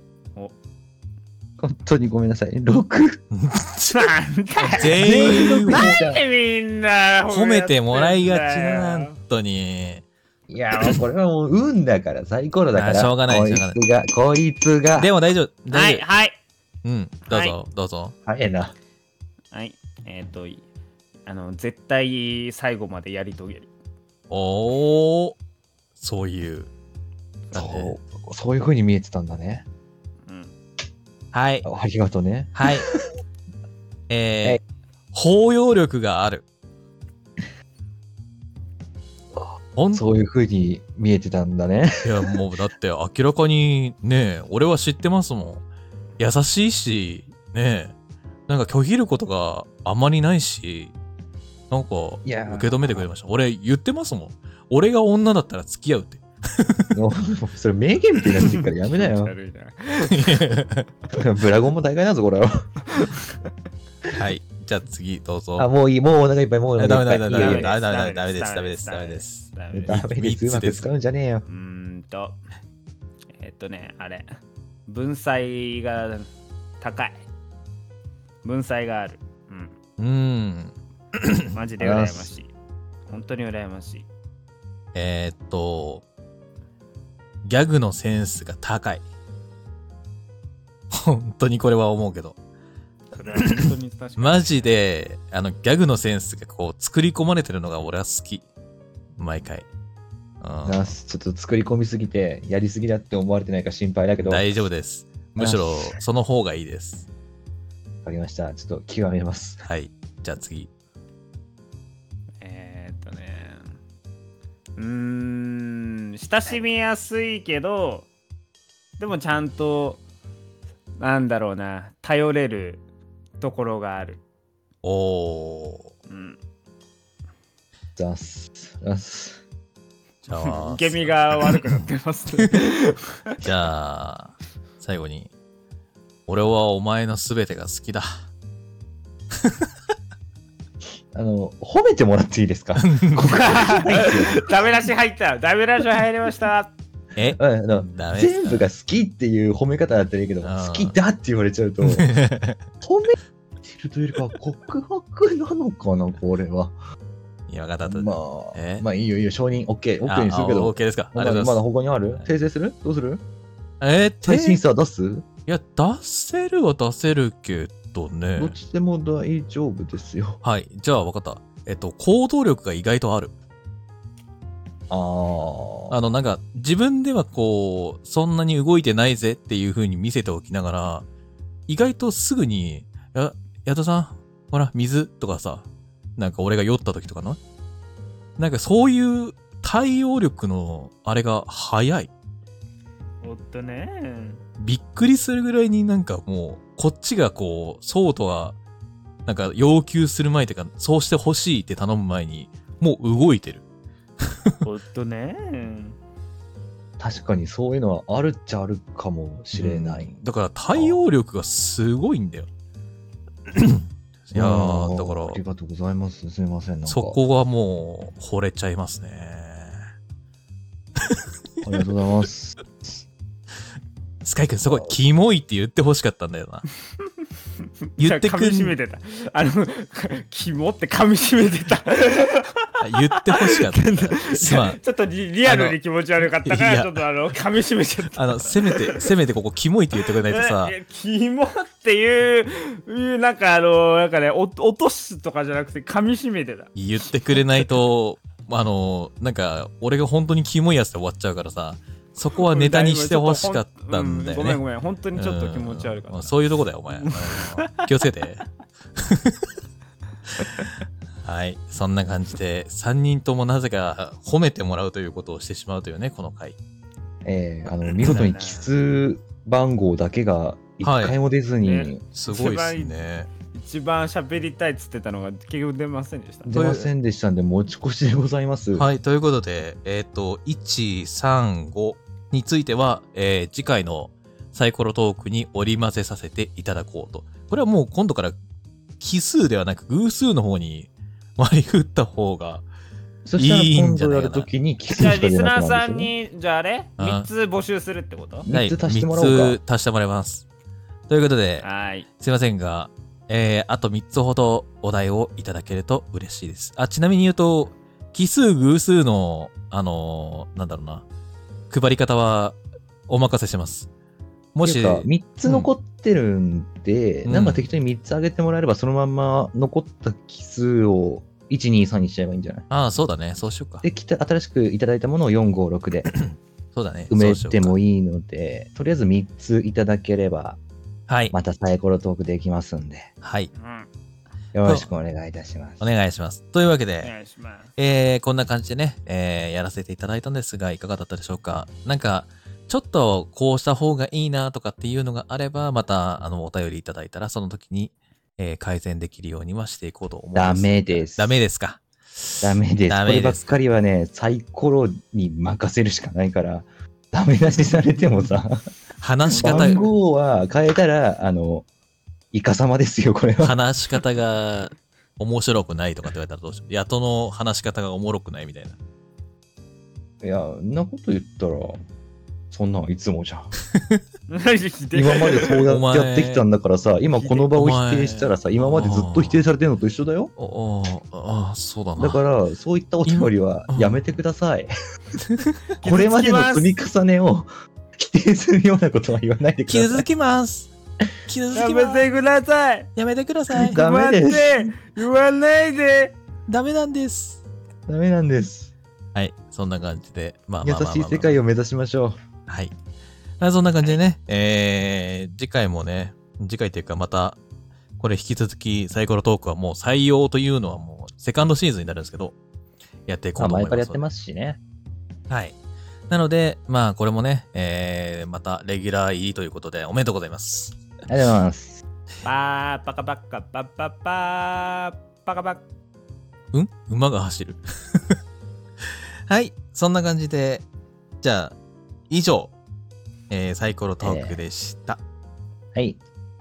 本当にごめんなさい。ろく。 なんだよ全員なんでみんな褒めてもらいがちなな、本当に。 いやーもうこれはもう運だから、サイコロだから。 あしょうがないこいつが、こいつが。 でも大丈夫。 は大丈いはい夫。うん、どうぞ、どうぞ。 早いな。 はいえっ、とあの絶対最後までやり遂げる。 おー、そういう。なんでそう、そういう風に見えてたんだね。 うんはい、 ありがとうね。 はい。えー、包容力がある。ほんそういう風に見えてたんだね。 いや、もうだって明らかにね、俺は知ってますもん。優しいし、ね、なんか拒否ることがあまりないし、なんかいやー受け止めてくれました。俺言ってますもん。俺が女だったら付き合うって。 もうそれ名言みたいになってるからやめなよ。 悪いなブラゴンも大会なんぞ、これは。 はい。じゃあ次、どうぞ。 あ、もういい、もうお腹いっぱい、もうおダ腹いっぱい。 メだダメだダメいいよだダメだダメですダメですダメですダメですダメです。うまく使うんじゃねえよ。 うーんとえっとねあれ文才が高い。文才がある。うんうーん。 マジで羨ましい。本当に羨ましい。 えー、っと、ギャグのセンスが高い。本当にこれは思うけど。 それは本当に確かに。 マジで、あの、ギャグのセンスがこう、作り込まれてるのが俺は好き。毎回。うん、 なちょっと作り込みすぎて、やりすぎだって思われてないか心配だけど、わ大丈夫です。むしろ、その方がいいです。 かりました。ちょっと極めます。 はい。じゃあ次。 えー、っとねうーん親しみやすいけどでもちゃんとなんだろうな頼れるところがある。 おー。 うんざっす。ざっす。 じゃあ、 受け身が悪くなってますね。 じゃあ、最後に。俺はお前のすべてが好きだ。 あの、褒めてもらっていいですか？ ダメ出し入ったダメ出し入りました。 えあのダメですか全部が好きっていう褒め方だったらいいけど、 あー好きだって言われちゃうと、褒めてるというよりかは告白なのかな、これは。 いや、わかった。 まえあ、まあいいよいいよ、承認 OK、 あ OK にするけど。 OK ですか。あまだりがとうございます。 他にあるはい訂正するどうするえー、て配信さ出す、 いや、出せるは出せるけどねどっ。ちでも大丈夫ですよ。 はい。じゃあ、わかった。えっと、行動力が意外とある。 あー。 あの、なんか、自分ではこう、そんなに動いてないぜっていう風に見せておきながら、意外とすぐに、や、矢田さん、ほら、水とかさ、なんか俺が酔った時とかの、なんかそういう対応力のあれが早い。 おっとねびっくりするぐらいになんかもう、こっちがこう、そうとは、なんか要求する前というか、そうしてほしいって頼む前に、もう動いてる。 おっとね確かにそういうのはあるっちゃあるかもしれない。 うんだから対応力がすごいんだよ。いやー、だからあり、がとうございます。すみません。なんかそこがもう、惚れちゃいますね。 ありがとうございます。 スカイ君、そこ、キモいって言ってほしかったんだよな。言ってくん噛み締めてた。あのキモって噛み締めてた。 言ってほしかった。すまん。 ちょっとリリアルに気持ち悪かったかいやらちょっとあの噛み締めちゃった。 あの、せめて、せめてここ、キモいって言ってくれないとさ、 えキモっていういうなんかあのなんかねお落とすとかじゃなくて噛み締めてた。 言ってくれないと、あの、なんか、俺が本当にキモいやつで終わっちゃうからさ、そこはネタにしてほしかったんだよね。 うごめんごめん本当にちょっと気持ち悪かった。 うんそういうとこだよ、お前。うん気をつけて。はい。そんな感じで、さんにんともなぜか褒めてもらうということをしてしまうというね、この回。 えー、あの見事に奇数番号だけが一回も出ずに、 はいねすごいですね。 一番喋りたいっつってたのが結局出ませんでした。 出ませんでしたんで持ち越しでございます。 はい。ということで、えっ、と、いち、さん、ご、 については、えー次回のサイコロトークに織り交ぜさせていただこうと。これはもう今度から奇数ではなく偶数の方に割り振った方がそしたらいいん今度やじゃないかな。 るときに奇数じゃあしか出リスナーなくなるんさんですよね。 にじゃああれあみっつ募集するってこと？ みっつ足してもらおうかはい、みっつ足してもらいます。ということで、 はい。 すいませんが、えー、あとみっつほどお題をいただけると嬉しいです。あ、ちなみに言うと、奇数偶数の、あのーなんだろうな、配り方はお任せします。もし、 もしかみっつ残ってるんで、 うんなんか適当にみっつあげてもらえれば、そのまんま残った奇数をいち、に、さんにしちゃえばいいんじゃない？ ああ、そうだね。そうしようか。 で、きた新しくいただいたものをよん、ご、ろくでそうだね。 埋めそうしようかてもいいので、とりあえずみっついただければ、 はい。 またサイコロトークできますんで、 はい。 うん。 よろしくお願いいたします。 お願いします。というわけおで、 願いします。 えー、こんな感じでね、えー、やらせていただいたんですが、いかがだったでしょうか。なんか、ちょっとこうした方がいいなとかっていうのがあれば、また、あの、お便りいただいたら、その時に、えー、改善できるようにはしていこうと思います。 ダメです。 ダメですか。 ダメです。 ダメですこればっかりはね、サイコロに任せるしかないから、ダメ出しされてもさ、 話し方、 番号は変えたら、あの、イカ様ですよ、これは。 話し方が面白くないとかって言われたらどうしよう。雇の話し方がおもろくないみたいな。 いや、んなこと言ったら、そんなんいつもじゃん。今今までそうお前やってきたんだからさ、今この場を否定したらさ、 お前今までずっと否定されてるのと一緒だよ。 おああ、そうだな。 だから、そういったお便りはやめてください。これまでの積み重ねを否定するようなことは言わないでください。 傷つきます。傷つやきます。 めてください。 やめてください。 ダメです待って言わないで。 ダメなんです。 ダメなんです。 はい。そんな感じで。まあま優あまあまあまあしい世界を目指しましょう。 はい。まあそんな感じでね、えー、次回もね、次回というかまた、これ引き続きサイコロトークはもう採用というのはもうセカンドシーズンになるんですけど、やっていこうあ、 と思います。 前からやってますしね。 はい。なので、まあこれもね、えー、またレギュラー入りということでおめでとうございます。 ありがとうございます。 パーパカパッカパッパッパーパカパッ。 うん馬が走る。はい。そんな感じで、じゃあ、以上、えー、サイコロトークでした。 はい。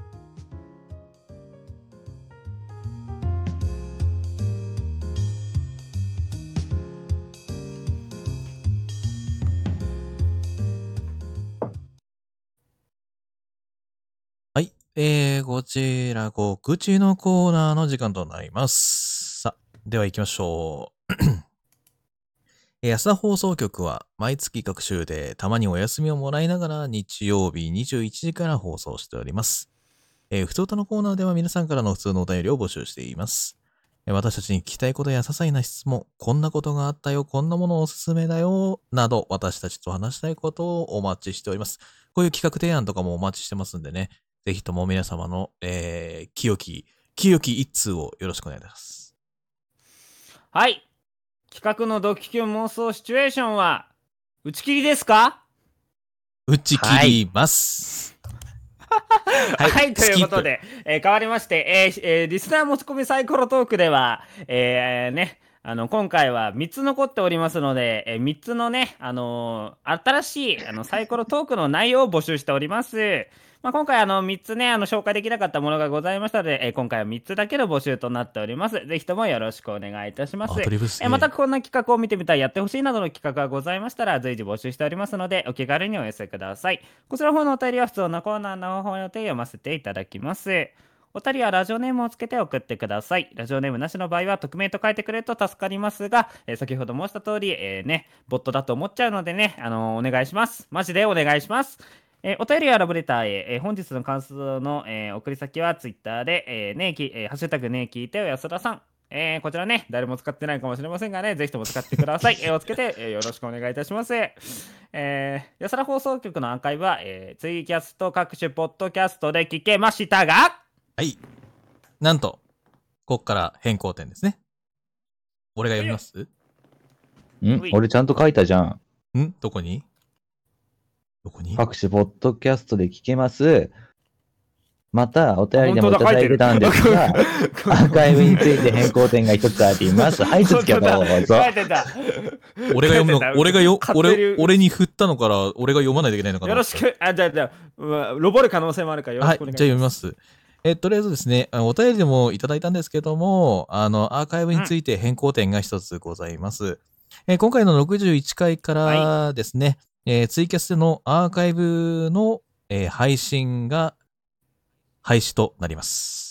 はい。えー、こちら、告知のコーナーの時間となります。さあ、では行きましょう。えー安田放送局は毎月各週でたまにお休みをもらいながら日曜日にじゅういちじから放送しております。えー、普通歌のコーナーでは皆さんからの普通のお便りを募集しています。えー私たちに聞きたいことや些細な質問、こんなことがあったよ、こんなものおすすめだよ、など私たちと話したいことをお待ちしております。こういう企画提案とかもお待ちしてますんでね、ぜひとも皆様の、えー、清き、清き一通をよろしくお願いいたします。 はい。企画のドキキュン妄想シチュエーションは打ち切りですか？ 打ち切ります。 はい、 はいということで、えー変わりまして、えーえーリスナー持ち込みサイコロトークでは、えーね、あの、今回はみっつ残っておりますので、えーみっつのね、あのー新しいあのサイコロトークの内容を募集しております。まあ、今回あのみっつね、あの紹介できなかったものがございましたので、えー今回はみっつだけの募集となっております。ぜひともよろしくお願いいたします。 アドリブっすねえーまたこんな企画を見てみたい、やってほしいなどの企画がございましたら、随時募集しておりますので、お気軽にお寄せください。こちらの方のお便りは普通のコーナーの方予定読ませていただきます。お便りはラジオネームをつけて送ってください。ラジオネームなしの場合は匿名と書いてくれると助かりますが、えー先ほど申した通り、えー、ね、ボットだと思っちゃうのでね、あのーお願いします。マジでお願いします。えーお便りはラブレターへ、えー本日の感想の、えー送り先はツイッターで、えーねえき、えーハッシュタグねえ聞いてよ安田さん。えーこちらね、誰も使ってないかもしれませんがね、ぜひとも使ってください。えーをつけて、えーよろしくお願いいたします。えー、安田放送局のアーカイブは、えーツイキャスト各種ポッドキャストで聞けましたが、 はい。なんと、こっから変更点ですね。俺が読みますん俺ちゃんと書いたじゃん。 んどこにどこに各種ポッドキャストで聞けます。 また、お便りでもいただいてたんですが、アーカイブについて変更点が一つあります。はい、続きをどうぞ。 書いてた。 俺が読むの、俺がよ、俺、俺に振ったのから、俺が読まないといけないのかな。 よろしく、あ、じゃあ、じゃあ、ロボる可能性もあるからよろしくお願いします。はい、 じゃあ読みます。え、とりあえずですね、お便りでもいただいたんですけども、あの、アーカイブについて変更点が一つございます。うん、えー、今回のろくじゅういっかいからですね、はい、えー、ツイキャスでのアーカイブの、えー、配信が廃止となります。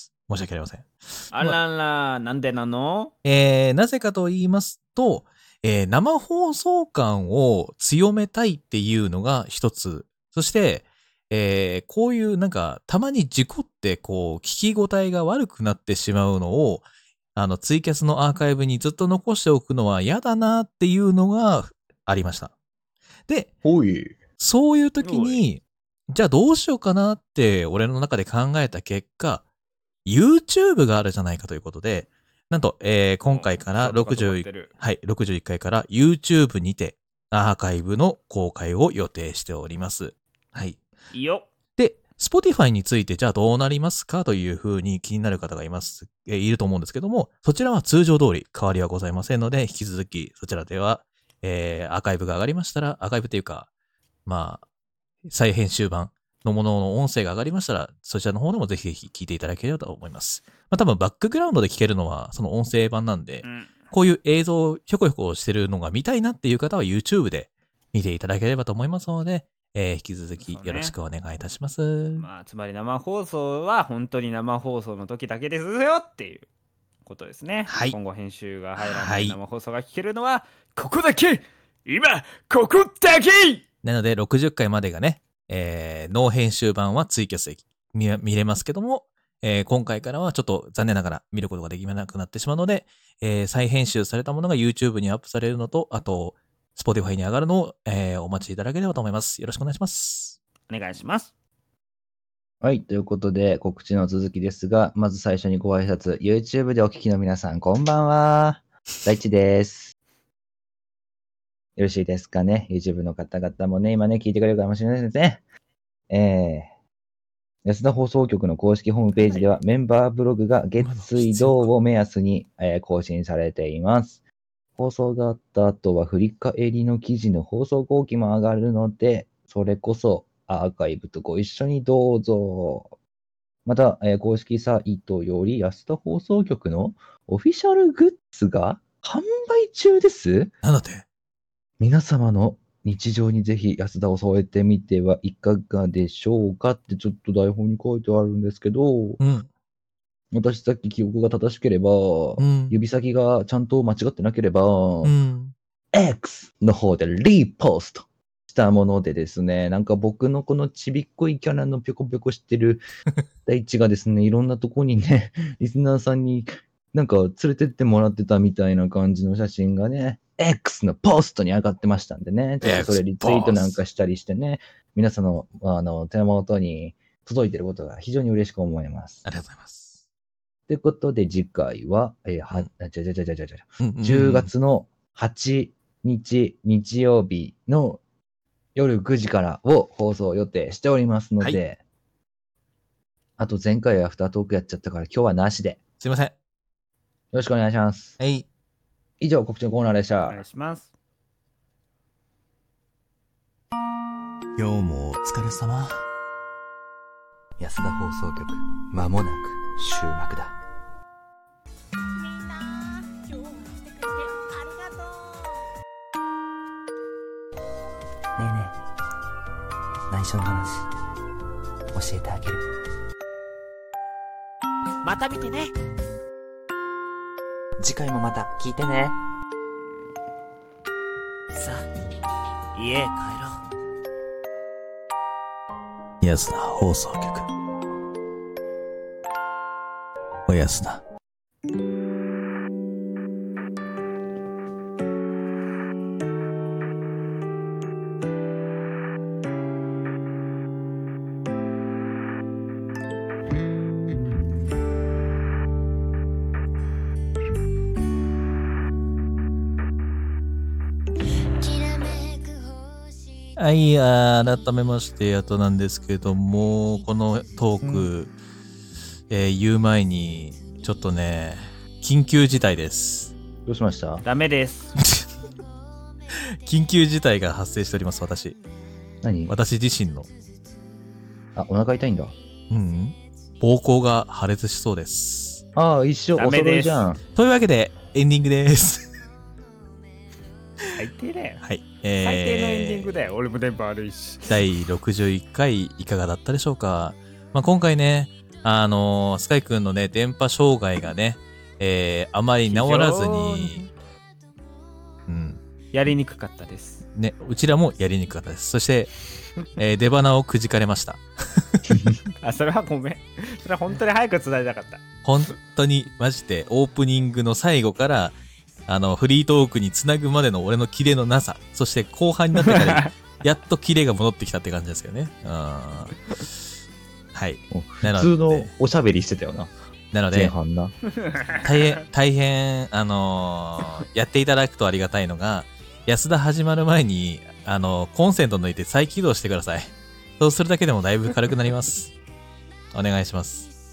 申し訳ありません。 あらら、なんでなの？ えー、なぜかと言いますと、えー、生放送感を強めたいっていうのが一つ。そして、えー、こういうなんか、たまに事故ってこう、聞き応えが悪くなってしまうのを、あの、ツイキャスのアーカイブにずっと残しておくのは嫌だなっていうのがありました。で、 おいそういう時に、じゃあどうしようかなって俺の中で考えた結果、YouTube があるじゃないかということで、なんと、えー、今回からろくじゅういち、はい、ろくじゅういっかいから YouTube にてアーカイブの公開を予定しております。はい。 いいよ。 で、Spotify についてじゃあどうなりますかというふうに気になる方がいます、えー、いると思うんですけども、そちらは通常通り変わりはございませんので、引き続きそちらでは、えー、アーカイブが上がりましたら、アーカイブというか、まあ、再編集版のものの音声が上がりましたら、そちらの方でもぜひぜひ聞いていただければと思います。まあ多分バックグラウンドで聞けるのはその音声版なんで、うん、こういう映像ひょこひょこしてるのが見たいなっていう方は YouTube で見ていただければと思いますので、えー、引き続きよろしくお願いいたします。 ね、まあつまり生放送は本当に生放送の時だけですよっていうことですね。はい。今後編集が入らない生放送が聞けるのはここだけ、今ここだけ。 なのでろくじゅっかいまでがね、えー、ノー編集版はツイキャスで 見, 見れますけども、えー、今回からはちょっと残念ながら見ることができなくなってしまうので、えー、再編集されたものが YouTube にアップされるのと、あと Spotify に上がるのを、えー、お待ちいただければと思います。よろしくお願いします。 お願いします。 はい。ということで、告知の続きですが、まず最初にご挨拶。YouTube でお聞きの皆さん、こんばんは。大地です。よろしいですかね。YouTube の方々もね、今ね、聞いてくれるかもしれないですね。えー、安田放送局の公式ホームページでは、メンバーブログが月水道を目安に、えー、更新されています。放送があった後は、振り返りの記事の放送後期も上がるので、それこそアーカイブとご一緒にどうぞ。また、えー、公式サイトより安田放送局のオフィシャルグッズが販売中です。 なんだって皆様の日常にぜひ安田を添えてみてはいかがでしょうかってちょっと台本に書いてあるんですけど、 うん、 私さっき記憶が正しければ、うん、指先がちゃんと間違ってなければ、うん、X の方でリポストしたものでですね、なんか僕のこのちびっこいキャラのぴょこぴょこしてる大地がですね、いろんなとこにね、リスナーさんになんか連れてってもらってたみたいな感じの写真がね、X のポストに上がってましたんでね、ちょっとそれリツイートなんかしたりしてね、皆さんのあの手元に届いてることが非常に嬉しく思います。 ありがとうございます。 ということで次回は、えー、は、じゃじゃじゃじゃじゃじゃ、じゅうがつのはちにち日曜日の夜くじからを放送予定しておりますので、はい、あと前回アフタートークやっちゃったから今日はなしで。 すいません。よろしくお願いします。 はい。 以上、告知のコーナーでした。 お願いします。 今日もお疲れ様。 安田放送局、まもなく終幕だ。 みんな、今日も来てくれてありがとう。ねえねえ、内緒の話、教えてあげる。 また見てね。 次回もまた聞いてね。 さあ、家へ帰ろう。安田放送局。おやすな。はい、改めまして、あとなんですけども、このトーク、うんえー、言う前に、ちょっとね、緊急事態です。 どうしました？ ダメです。 緊急事態が発生しております、私。 何？ 私自身の。 あ、お腹痛いんだ。 うん。膀胱が破裂しそうです。 ああ、一緒、お揃いじゃん。 というわけで、エンディングです。 最低だよ。 はい。えー、 最低のエンディングだよ。俺も電波悪いし。 だいろくじゅういっかいいかがだったでしょうか。まあ、今回ね、あのー、スカイくんのね、電波障害がね、えー、あまり治らずに、うん。 やりにくかったです。 ね、うちらもやりにくかったです。そして、えー、出花をくじかれました。 あ、それはごめん。それは本当に早く伝えたかった。 本当に、マジで、オープニングの最後から、あの、フリートークにつなぐまでの俺のキレのなさ、そして後半になってから、やっとキレが戻ってきたって感じですけどね。うん。はい。 普通のおしゃべりしてたよな。 なので、 前半な。 大変、大変、あのー、やっていただくとありがたいのが、安田始まる前に、あのー、コンセント抜いて再起動してください。そうするだけでもだいぶ軽くなります。お願いします。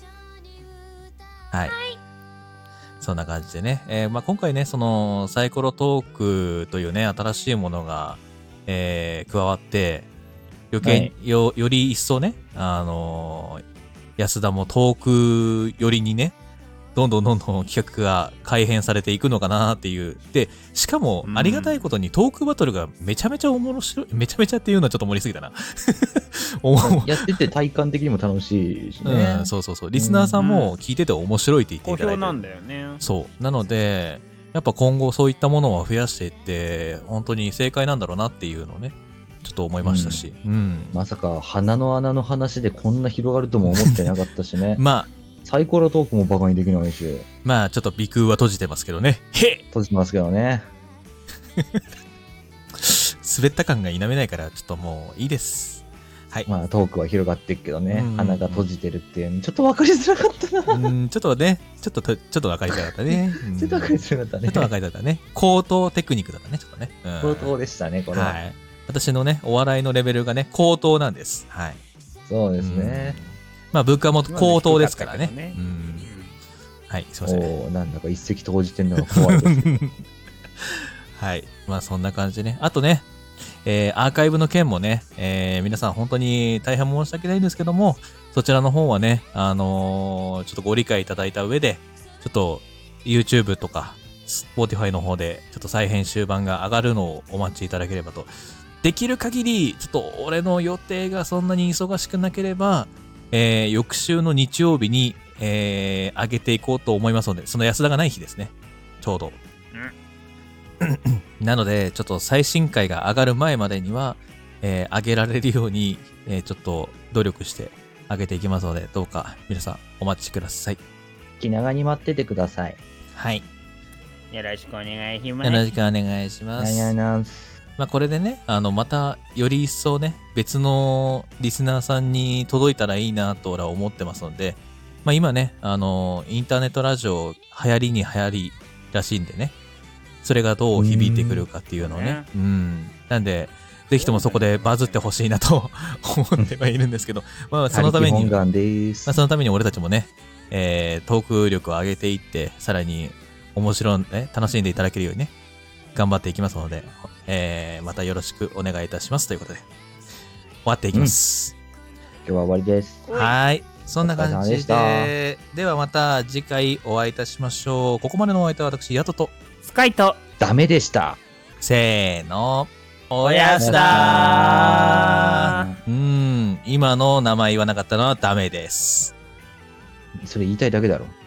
はい。そんな感じでね。えー、まあ、今回ね、その、サイコロトークというね、新しいものが、えー、加わって、余計、はい、よ、より一層ね、あのー、安田もトーク寄りにね、どんどんどんどん企画が改変されていくのかなっていう。で、しかも、ありがたいことにトークバトルがめちゃめちゃ面白い、めちゃめちゃっていうのはちょっと盛りすぎたな。 やってて体感的にも楽しいしね。 うん、そうそうそう。リスナーさんも聞いてて面白いって言っていただいて。 好評なんだよね。 そう。なので、やっぱ今後そういったものを増やしていって、本当に正解なんだろうなっていうのをね、ちょっと思いましたし。うん。うん、 まさか鼻の穴の話でこんな広がるとも思ってなかったしね。 まあ、 サイコロトークもバカにできないし。 まあ、ちょっと鼻腔は閉じてますけどね。へ閉じてますけどね。 滑った感が否めないから、ちょっともういいです。はい。 まあ、トークは広がっていくけどね。鼻が閉じてるっていうの、ちょっと分かりづらかったな。 うん、ちょっとね、ちょっと、ちょっと分かりづらかったね。 ちょっと分かりづらかったね。 ちょっと分かりづらかったね。高等テクニックだったね、ちょっとね。 高等でしたね、これは。 はい。私のね、お笑いのレベルがね、高等なんです。はい。 そうですね。 まあ、物価も高騰ですからね。ねうん、はい、すいません。 おなんだか一石投じてんのが怖いです。 はい。まあ、そんな感じでね。あとね、えー、アーカイブの件もね、えー、皆さん本当に大変申し訳ないんですけども、そちらの方はね、あのー、ちょっとご理解いただいた上で、ちょっと YouTube とか Spotify の方で、ちょっと再編集版が上がるのをお待ちいただければと。できる限り、ちょっと俺の予定がそんなに忙しくなければ、えー、翌週の日曜日に、えー、上げていこうと思いますので、その安田がない日ですね。ちょうど。なので、ちょっと最新回が上がる前までには、えー、上げられるように、えー、ちょっと努力して上げていきますので、どうか皆さんお待ちください。 気長に待っててください。 はい。 よろしくお願いします。 よろしくお願いします。まあこれでね、あの、また、より一層ね、別のリスナーさんに届いたらいいなと俺は思ってますので、まあ今ね、あの、インターネットラジオ流行りに流行りらしいんでね、それがどう響いてくるかっていうのをね、うん。なんで、ぜひともそこでバズってほしいなと思ってはいるんですけど、まあそのために、まあそのために俺たちもね、えー、トーク力を上げていって、さらに面白いね、楽しんでいただけるようにね、頑張っていきますので、えー、またよろしくお願いいたしますということで、終わっていきます。 うん、今日は終わりです。 はい。そんな感じで、で、ではまた次回お会いいたしましょう。ここまでのお相手は私、ヤトと、 スカイと、 ダメでした。 せーの、おやすだー。うん、今の名前言わなかったのはダメです。 それ言いたいだけだろ。